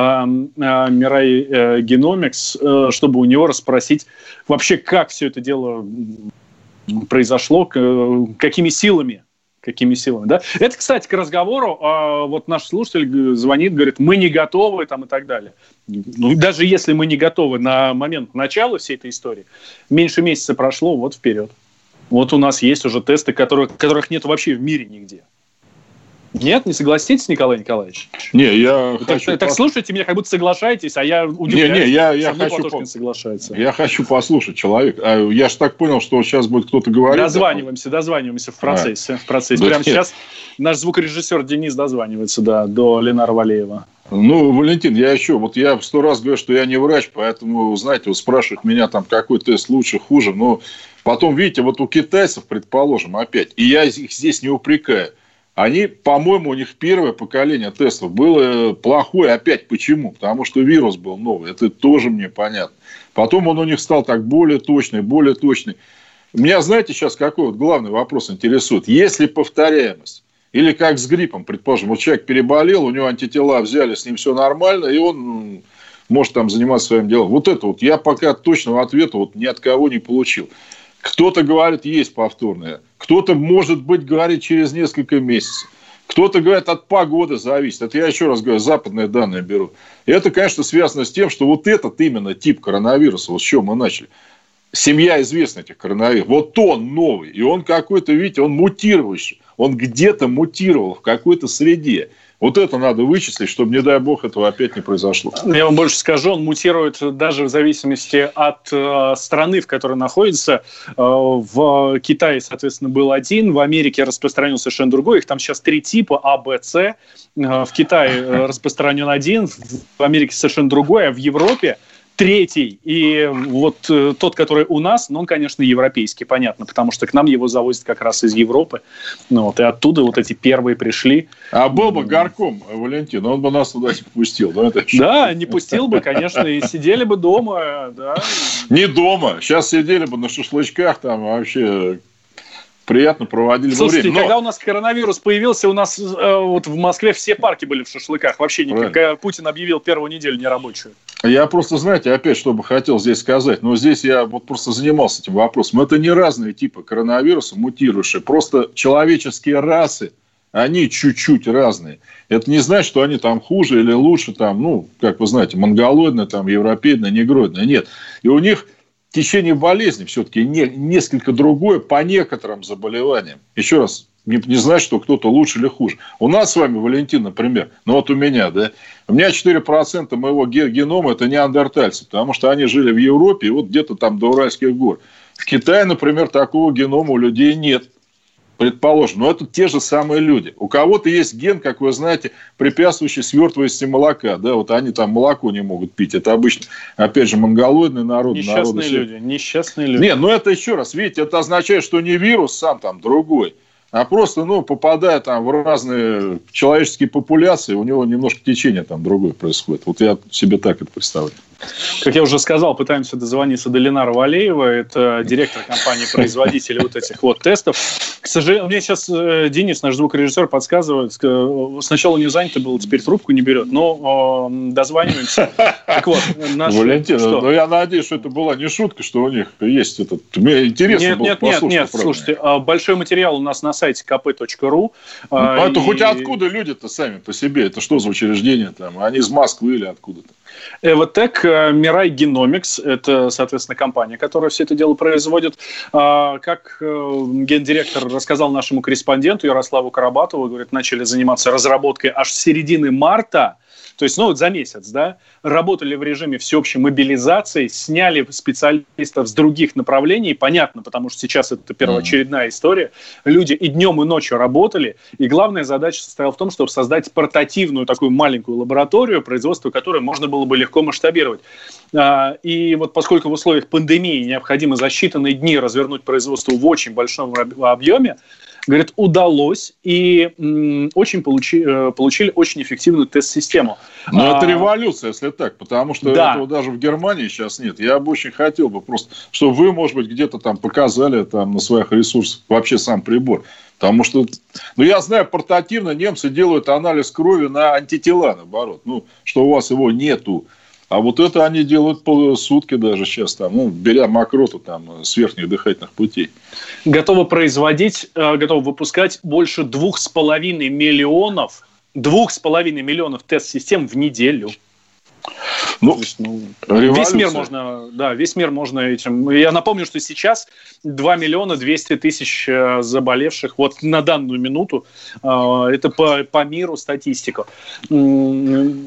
Mirai Genomics, чтобы у него расспросить вообще, как все это дело произошло, какими силами. Да? Это, кстати, к разговору, вот наш слушатель звонит, говорит, мы не готовы там, и так далее. Даже если мы не готовы на момент начала всей этой истории, меньше месяца прошло, вот вперед. Вот у нас есть уже тесты, которых нет вообще в мире нигде. Нет, не согласитесь, Николай Николаевич? Не, я хочу... Так слушайте меня, как будто соглашаетесь, а я удивляюсь, я хочу Платошкин соглашается. Я хочу послушать человека. Я же так понял, что сейчас будет кто-то говорить. Дозваниваемся в процессе. Да, прямо сейчас наш звукорежиссер Денис дозванивается до Ленара Валеева. Валентин, я 100 раз говорю, что я не врач, поэтому, знаете, спрашивают меня, там, какой тест лучше, хуже. Но потом, видите, вот у китайцев, предположим, опять, и я их здесь не упрекаю, они, по-моему, у них первое поколение тестов было плохое. Опять почему? Потому что вирус был новый. Это тоже мне понятно. Потом он у них стал так более точный. Меня, знаете, сейчас какой главный вопрос интересует? Есть ли повторяемость? Или как с гриппом, предположим, вот человек переболел, у него антитела взяли, с ним все нормально, и он может там заниматься своим делом. Вот это вот я пока точного ответа вот ни от кого не получил. Кто-то говорит, есть повторное. Кто-то, может быть, говорит через несколько месяцев. Кто-то говорит, от погоды зависит. Это я еще раз говорю, западные данные беру. И это, конечно, связано с тем, что вот этот именно тип коронавируса, вот с чего мы начали. Семья известна этих коронавирусов. Вот он новый. И он какой-то, видите, он мутирующий. Он где-то мутировал в какой-то среде. Вот это надо вычислить, чтобы, не дай бог, этого опять не произошло. Я вам больше скажу, он мутирует даже в зависимости от страны, в которой находится. В Китае, соответственно, был один, в Америке распространен совершенно другой. Их там сейчас 3 типа, А, Б, С. В Китае распространен один, в Америке совершенно другой, а в Европе 3. И вот тот, который у нас, ну, он, конечно, европейский, понятно, потому что к нам его завозят как раз из Европы. Ну, вот, и оттуда вот эти первые пришли. А был бы горком, Валентин, он бы нас туда не пустил. Да, не пустил бы, конечно, и сидели бы дома. Да. Не дома. Сейчас сидели бы на шашлычках, там вообще... Приятно проводили время. Слушайте, когда у нас коронавирус появился, у нас вот в Москве все парки были в шашлыках. Вообще никак. Путин объявил первую неделю нерабочую. Я просто, знаете, опять, что бы хотел здесь сказать. Но здесь я вот просто занимался этим вопросом. Это не разные типы коронавируса, мутирующие. Просто человеческие расы, они чуть-чуть разные. Это не значит, что они там хуже или лучше, там, ну, как вы знаете, монголоидные, там, европейные, негроидные. Нет. И у них... Течение болезни все-таки несколько другое по некоторым заболеваниям. Еще раз, не значит, что кто-то лучше или хуже. У нас с вами, Валентин, например, ну вот у меня, да, у меня 4% моего генома – это неандертальцы, потому что они жили в Европе и вот где-то там до Уральских гор. В Китае, например, такого генома у людей нет. Предположим, но это те же самые люди. У кого-то есть ген, как вы знаете, препятствующий свертываемости молока. Да, вот они там молоко не могут пить. Это обычно, опять же, монголоидный народ. Несчастные люди. Нет, ну это еще раз, видите, это означает, что не вирус сам там другой, а просто, ну, попадая там в разные человеческие популяции, у него немножко течение там другое происходит. Вот я себе так это представляю. Как я уже сказал, пытаемся дозвониться до Ленара Валеева. Это директор компании-производителя вот этих вот тестов. К сожалению, мне сейчас Денис, наш звукорежиссер, подсказывает. Сначала не занято было, теперь трубку не берет. Но дозваниваемся. Так вот, Валентин, ну я надеюсь, что это была не шутка, что у них есть этот... Мне интересно было послушать. Нет, слушайте, большой материал у нас на сайте kp.ru. А это хоть откуда люди-то сами по себе? Это что за учреждение там? Они из Москвы или откуда-то? Эвотек, Mirai Genomics, это, соответственно, компания, которая все это дело производит. Как гендиректор рассказал нашему корреспонденту Ярославу Карабатову, говорит, начали заниматься разработкой аж с середины марта. То есть, ну, вот за месяц, да, работали в режиме всеобщей мобилизации, сняли специалистов с других направлений, понятно, потому что сейчас это первоочередная история. Люди и днем, и ночью работали, и главная задача состояла в том, чтобы создать портативную такую маленькую лабораторию, производство которой можно было бы легко масштабировать. И вот поскольку в условиях пандемии необходимо за считанные дни развернуть производство в очень большом объеме, говорит, удалось, и получили очень эффективную тест-систему. Но это революция, если так, потому что этого даже в Германии сейчас нет. Я бы очень хотел бы просто, чтобы вы, может быть, где-то там показали там, на своих ресурсах вообще сам прибор. Потому что, ну, я знаю, портативно немцы делают анализ крови на антитела, наоборот. Ну, что у вас его нету. А вот это они делают сутки даже сейчас, там, ну, беря мокроту там, с верхних дыхательных путей. Готовы производить, готовы выпускать больше 2,5 миллионов тест-систем в неделю. Ну, весь мир можно этим. Я напомню, что сейчас 2 миллиона 200 тысяч заболевших вот на данную минуту. Это по миру статистика. Ну,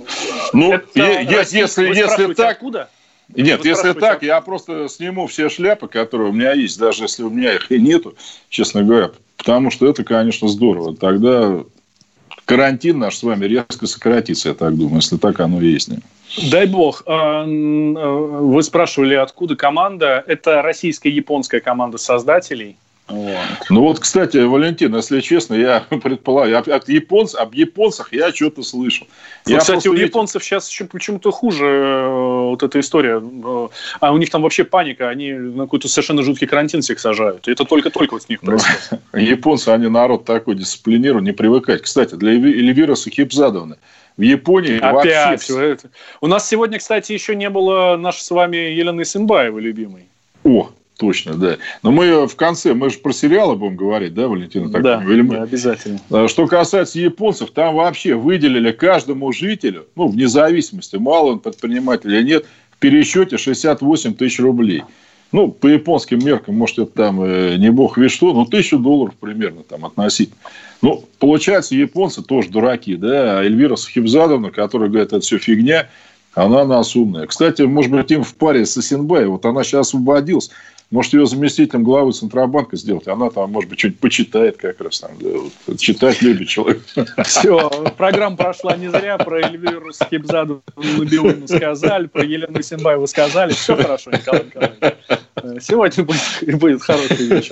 если так... Откуда? Нет, если так, я просто сниму все шляпы, которые у меня есть, даже если у меня их и нету, честно говоря. Потому что это, конечно, здорово. Тогда карантин наш с вами резко сократится, я так думаю, если так оно и есть. Дай бог. Вы спрашивали, откуда команда. Это российско-японская команда создателей. Вот. Ну вот, кстати, Валентин, если честно, я предполагаю, об японцах я что-то слышал. Кстати, у японцев сейчас еще почему-то хуже вот эта история. А у них там вообще паника. Они на какой-то совершенно жуткий карантин всех сажают. И это только-только вот с них происходит. Японцы, они народ такой дисциплинированный, не привыкать. Кстати, для вируса Хипп заданы. В Японии опять вообще... У нас сегодня, кстати, еще не было нашей с вами Елены Исимбаевой, любимой. О, точно, да. Но мы в конце, мы же про сериалы будем говорить, да, Валентина? Да, обязательно. Что касается японцев, там вообще выделили каждому жителю, ну, вне зависимости, мало он предприниматель или нет, в пересчете 68 тысяч рублей. Ну, по японским меркам, может, это там не бог весть что, но $1000 примерно там относительно. Ну, получается, японцы тоже дураки, да, а Эльвира Сахибзадовна, которая говорит, это все фигня, она нас умная. Кстати, может быть, им в паре с Исинбаевой, вот она сейчас освободилась, может, ее заместителем главы Центробанка сделать. Она там, может быть, что-нибудь почитает как раз там. Да, вот, читать любит человек. Все, программа прошла не зря. Про Эльвиру Сахибзадовну Набиуллину сказали, про Елену Исимбаеву сказали. Все хорошо, Николай Николаевич. Сегодня будет хороший вечер.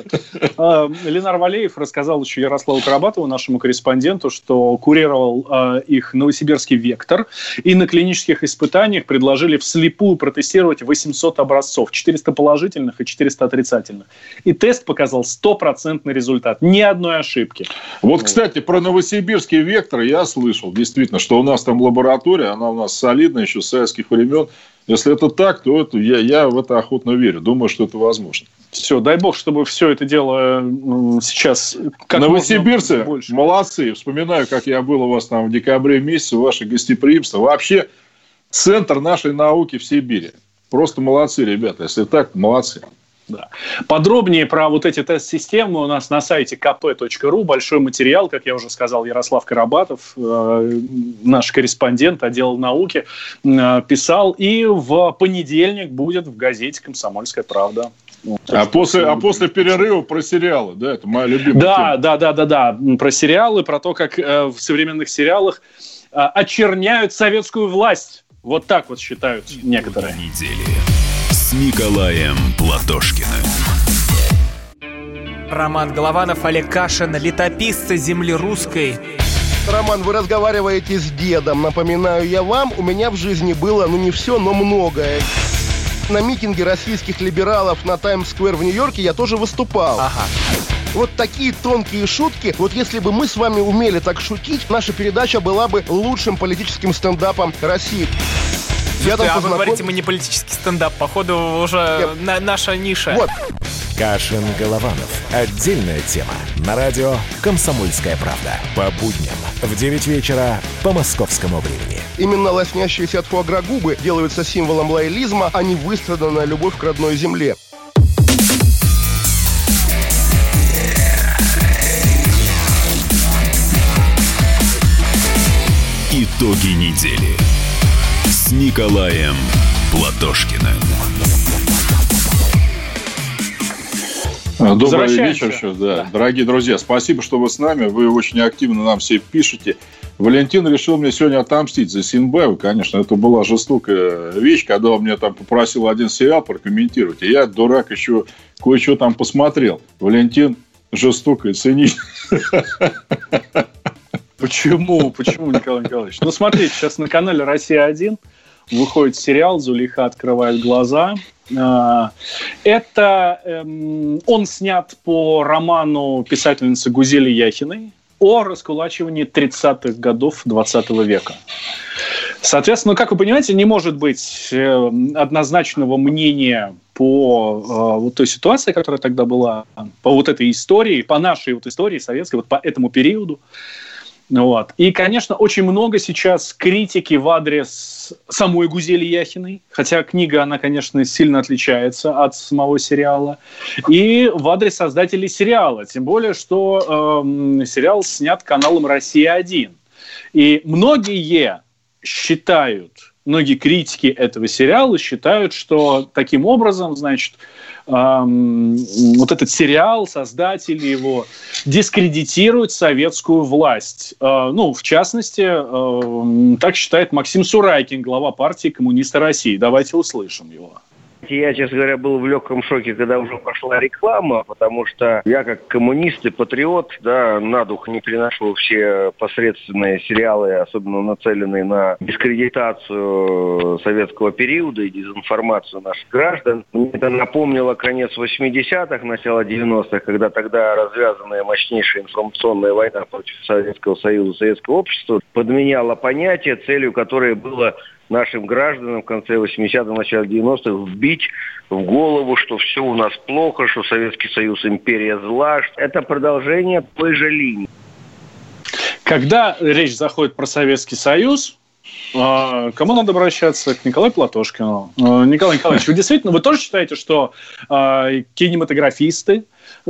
Ленар Валеев рассказал еще Ярославу Карабатову, нашему корреспонденту, что курировал их новосибирский «Вектор». И на клинических испытаниях предложили вслепую протестировать 800 образцов. 400 положительных и 400 отрицательных. И тест показал 100% результат. Ни одной ошибки. Вот, кстати, про новосибирский «Вектор» я слышал. Действительно, что у нас там лаборатория, она у нас солидная еще с советских времен. Если это так, то это, я в это охотно верю. Думаю, что это возможно. Все, дай бог, чтобы все это дело сейчас как новосибирцы молодцы. Вспоминаю, как я был у вас там в декабре месяце, ваше гостеприимство. Вообще центр нашей науки в Сибири. Просто молодцы, ребята. Если так, молодцы. Да. Подробнее про вот эти тест-системы у нас на сайте kp.ru. Большой материал, как я уже сказал, Ярослав Карабатов, наш корреспондент отдела науки, писал. И в понедельник будет в газете «Комсомольская правда». А после перерыва про сериалы, да, это моя любимая тема. Да, про сериалы, про то, как в современных сериалах очерняют советскую власть. Вот так вот считают некоторые. Недели с Николаем Платошкиным. Роман Голованов, Олег Кашин, летописцы земли русской. Роман, вы разговариваете с дедом. Напоминаю я вам, у меня в жизни было, не все, но многое. На митинге российских либералов на Таймс-сквер в Нью-Йорке я тоже выступал. Ага. Вот такие тонкие шутки. Вот если бы мы с вами умели так шутить, наша передача была бы лучшим политическим стендапом России. Слушайте, вы говорите, мы не политический стендап. Походу, уже наша ниша. Вот. Кашин, Голованов. Отдельная тема. На радио «Комсомольская правда». По будням в 9 вечера по московскому времени. Именно лоснящиеся от фуагра губы делаются символом лоялизма, а не выстраданная любовь к родной земле. Итоги недели с Николаем Платошкиным. Добрый вечер еще, да. Дорогие друзья, спасибо, что вы с нами. Вы очень активно нам все пишете. Валентин решил мне сегодня отомстить за Исинбаеву. Конечно, это была жестокая вещь, когда он меня там попросил один сериал прокомментировать. И я, дурак, еще кое-что там посмотрел. Валентин жестоко и цинично. Почему, Николай Николаевич? Ну, смотрите, сейчас на канале «Россия-1» выходит сериал «Зулейха открывает глаза». Это он снят по роману писательницы Гузели Яхиной о раскулачивании 30-х годов 20 века. Соответственно, как вы понимаете, не может быть однозначного мнения по вот той ситуации, которая тогда была, по вот этой истории, по нашей вот истории советской, вот по этому периоду. Вот. И, конечно, очень много сейчас критики в адрес самой Гузели Яхиной, хотя книга, она, конечно, сильно отличается от самого сериала, и в адрес создателей сериала, тем более, что сериал снят каналом «Россия-1». И многие критики этого сериала считают, что таким образом, значит, вот этот сериал, создатели его, дискредитируют советскую власть. Ну, в частности, так считает Максим Сурайкин, глава партии «Коммунисты России». Давайте услышим его. Я, честно говоря, был в легком шоке, когда уже пошла реклама, потому что я как коммунист и патриот, да, на дух не переношу все посредственные сериалы, особенно нацеленные на дискредитацию советского периода и дезинформацию наших граждан. Мне это напомнило конец 80-х, начало 90-х, когда тогда развязанная мощнейшая информационная война против Советского Союза, советского общества подменяла понятие, целью которой было нашим гражданам в конце 80-х, начале 90-х вбить в голову, что все у нас плохо, что Советский Союз империя зла. Это продолжение той же линии. Когда речь заходит про Советский Союз, кому надо обращаться? К Николаю Платошкину. Николай Николаевич, вы тоже считаете, что кинематографисты,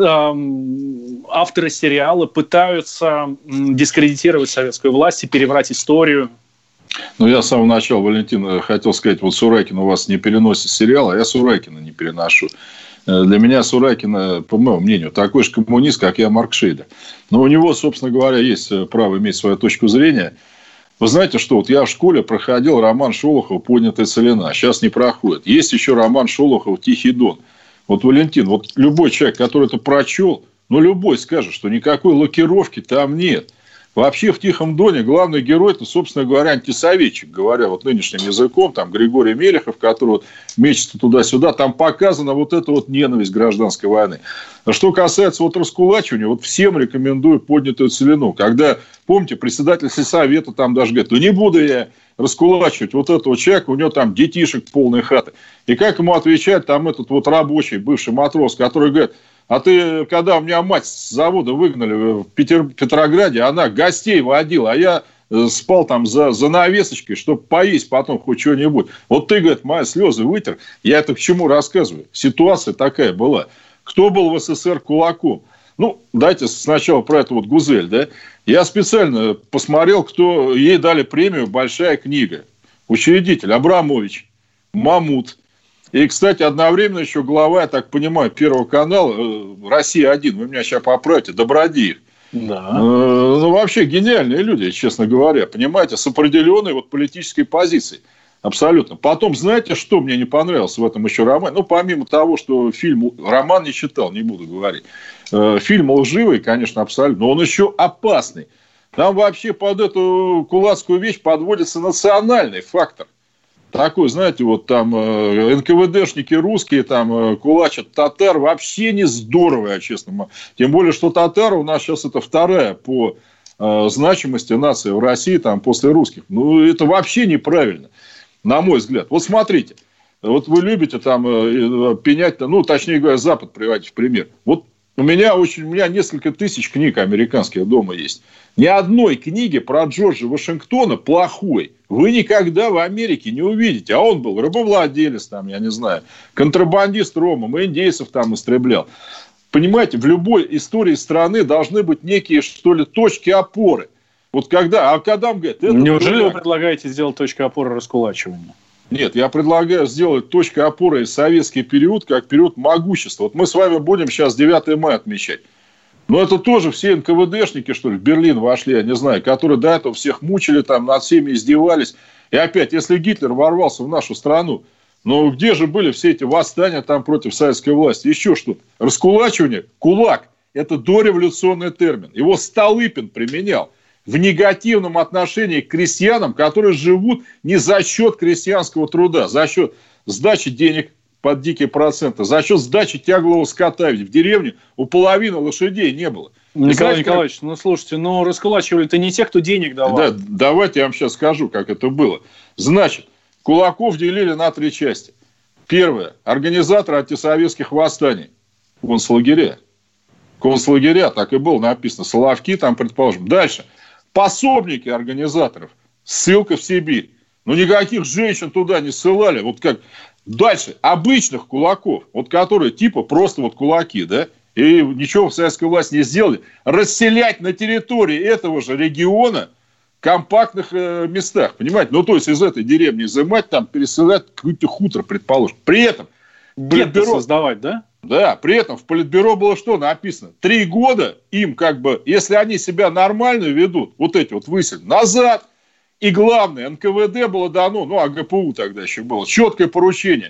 авторы сериала пытаются дискредитировать советскую власть и переврать историю? Ну, я с самого начала, Валентин, хотел сказать, вот Сурайкин у вас не переносит сериал, а я Сурайкина не переношу. Для меня Сурайкин, по моему мнению, такой же коммунист, как я, Марк Шейдер. Но у него, собственно говоря, есть право иметь свою точку зрения. Вы знаете, что вот я в школе проходил роман Шолохова «Поднятая целина». Сейчас не проходит. Есть еще роман Шолохова «Тихий Дон». Вот, Валентин, вот любой человек, который это прочел, ну, любой скажет, что никакой лакировки там нет. Вообще в «Тихом Доне» главный герой, это, собственно говоря, антисоветчик, говоря вот нынешним языком, там Григорий Мелехов, который вот мечется туда-сюда, там показана вот эта вот ненависть гражданской войны. А что касается вот раскулачивания, вот всем рекомендую «Поднятую целину». Когда, помните, председатель сельсовета там даже говорит, ну не буду я раскулачивать вот этого человека, у него там детишек полные хаты. И как ему отвечает там этот вот рабочий, бывший матрос, который говорит, а ты, когда у меня мать с завода выгнали в Петрограде, она гостей водила, а я спал там за навесочкой, чтобы поесть потом хоть что-нибудь. Вот ты, говорит, мои слезы вытер. Я это к чему рассказываю? Ситуация такая была. Кто был в СССР кулаком? Ну, дайте сначала про эту вот Гузель, да? Я специально посмотрел, кто ей дали премию «Большая книга». Учредитель Абрамович, Мамут. И, кстати, одновременно еще глава, я так понимаю, Первого канала, «Россия-1», вы меня сейчас поправите, Добродеев. Да. Ну, вообще гениальные люди, честно говоря, понимаете, с определенной вот политической позицией. Абсолютно. Потом, знаете, что мне не понравилось в этом еще романе? Ну, помимо того, что роман не читал, не буду говорить. Фильм лживый, конечно, абсолютно, но он еще опасный. Там вообще под эту кулацкую вещь подводится национальный фактор. Такой, знаете, вот там НКВДшники русские там кулачат татар. Вообще не здорово, я честно могу. Тем более, что татары у нас сейчас это вторая по значимости нация в России там, после русских. Ну, это вообще неправильно, на мой взгляд. Вот смотрите. Вот вы любите там пенять, ну, точнее говоря, Запад приводить в пример. Вот у меня несколько тысяч книг американских дома есть. Ни одной книги про Джорджа Вашингтона плохой вы никогда в Америке не увидите. А он был рабовладелец, там, я не знаю, контрабандист ромом, индейцев там истреблял. Понимаете, в любой истории страны должны быть некие, что ли, точки опоры. Вот когда он говорит... Неужели вы предлагаете сделать точкой опоры раскулачивания? Нет, я предлагаю сделать точкой опоры советский период, как период могущества. Вот мы с вами будем сейчас 9 мая отмечать. Но это тоже все НКВДшники, что ли, в Берлин вошли, я не знаю, которые до этого всех мучили, там, над всеми издевались. И опять, если Гитлер ворвался в нашу страну, ну, где же были все эти восстания там против советской власти? Еще что-то. Раскулачивание, кулак, это дореволюционный термин. Его Столыпин применял в негативном отношении к крестьянам, которые живут не за счет крестьянского труда, за счет сдачи денег под дикие проценты, за счет сдачи тяглого скота. Ведь в деревне у половины лошадей не было. Николай Николаевич, ну слушайте, раскулачивали-то не те, кто денег давал. Да, давайте я вам сейчас скажу, как это было. Значит, кулаков делили на 3 части. Первое. Организаторы антисоветских восстаний. Концлагеря. Концлагеря, так и было написано. Соловки там, предположим. Дальше. Пособники организаторов. Ссылка в Сибирь. Но никаких женщин туда не ссылали. Вот как... Дальше. Обычных кулаков. Вот которые типа просто вот кулаки, да? И ничего в советской власти не сделали. Расселять на территории этого же региона компактных местах. Понимаете? Ну, то есть, из этой деревни изымать, там, переселять какой-то хутор, предположим. При этом... Гетто создавать, да? Да, при этом в Политбюро было что написано? 3 года им как бы, если они себя нормально ведут, вот эти вот выселят, назад. И главное, НКВД было дано, АГПУ тогда еще было, четкое поручение.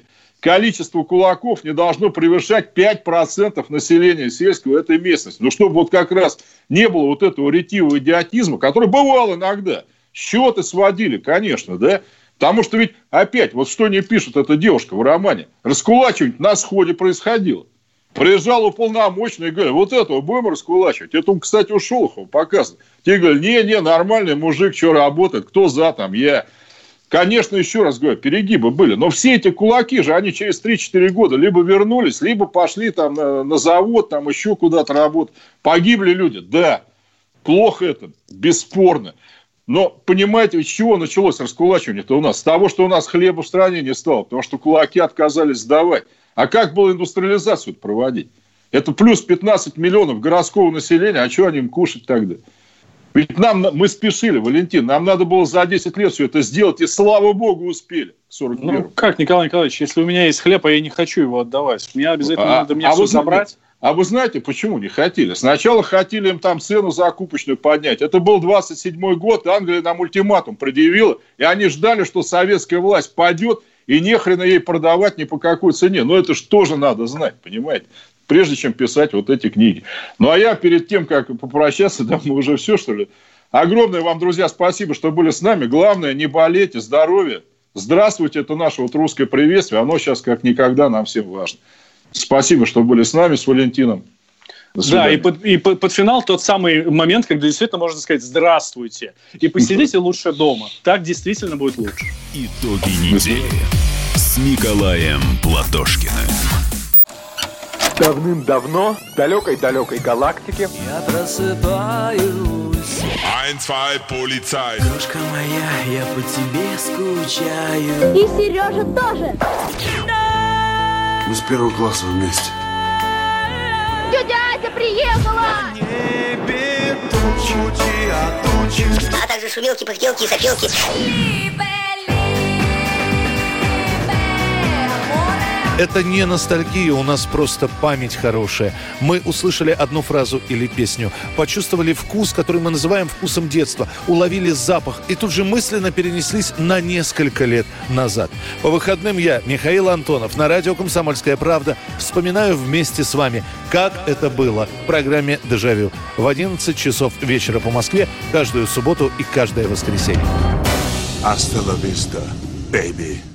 количество кулаков не должно превышать 5% населения сельского этой местности. Ну, чтобы вот как раз не было вот этого ретивого идиотизма, который бывал иногда. Счеты сводили, конечно, да? Потому что ведь опять, вот что не пишет эта девушка в романе, раскулачивание на сходе происходило. Приезжал уполномоченный и говорил, вот этого будем раскулачивать. Это он, кстати, у Шолохова показывает. Те говорят, не, нормальный мужик, что работает, кто за там, я. Конечно, еще раз говорю, перегибы были. Но все эти кулаки же, они через 3-4 года либо вернулись, либо пошли там на завод, там еще куда-то работать. Погибли люди, да. Плохо это, бесспорно. Но понимаете, с чего началось раскулачивание-то у нас? С того, что у нас хлеба в стране не стало, потому что кулаки отказались сдавать. А как было индустриализацию проводить? Это плюс 15 миллионов городского населения, а что они им кушать тогда? Ведь мы спешили, Валентин, нам надо было за 10 лет все это сделать, и слава богу успели. Ну как, Николай Николаевич, если у меня есть хлеб, а я не хочу его отдавать, мне обязательно надо все забрать? А вы знаете, почему не хотели? Сначала хотели им там цену закупочную поднять. Это был 27-й год, Англия нам ультиматум предъявила, и они ждали, что советская власть падет, и нехрена ей продавать ни по какой цене. Но это же тоже надо знать, понимаете? Прежде чем писать вот эти книги. Ну, а я перед тем, как попрощаться, да, мы уже все, что ли. Огромное вам, друзья, спасибо, что были с нами. Главное, не болейте, здоровья. Здравствуйте, это наше вот русское приветствие. Оно сейчас как никогда нам всем важно. Спасибо, что были с нами, с Валентином. Да, и под финал тот самый момент, когда действительно можно сказать «здравствуйте». И посидите лучше дома. Так действительно будет лучше. Итоги недели с Николаем Платошкиным. Давным-давно в далекой-далекой галактике я просыпаюсь. 1, 2, полицай. Дружка моя, я по тебе скучаю. И Сережа тоже. Мы с первого класса вместе. Тетя Ася приехала! Небе тучи, а также шумелки, пыхтелки и сопелки. Это не ностальгия, у нас просто память хорошая. Мы услышали одну фразу или песню, почувствовали вкус, который мы называем вкусом детства, уловили запах и тут же мысленно перенеслись на несколько лет назад. По выходным я, Михаил Антонов, на радио «Комсомольская правда» вспоминаю вместе с вами, как это было в программе «Дежавю» в 11 часов вечера по Москве каждую субботу и каждое воскресенье. Hasta la vista, baby.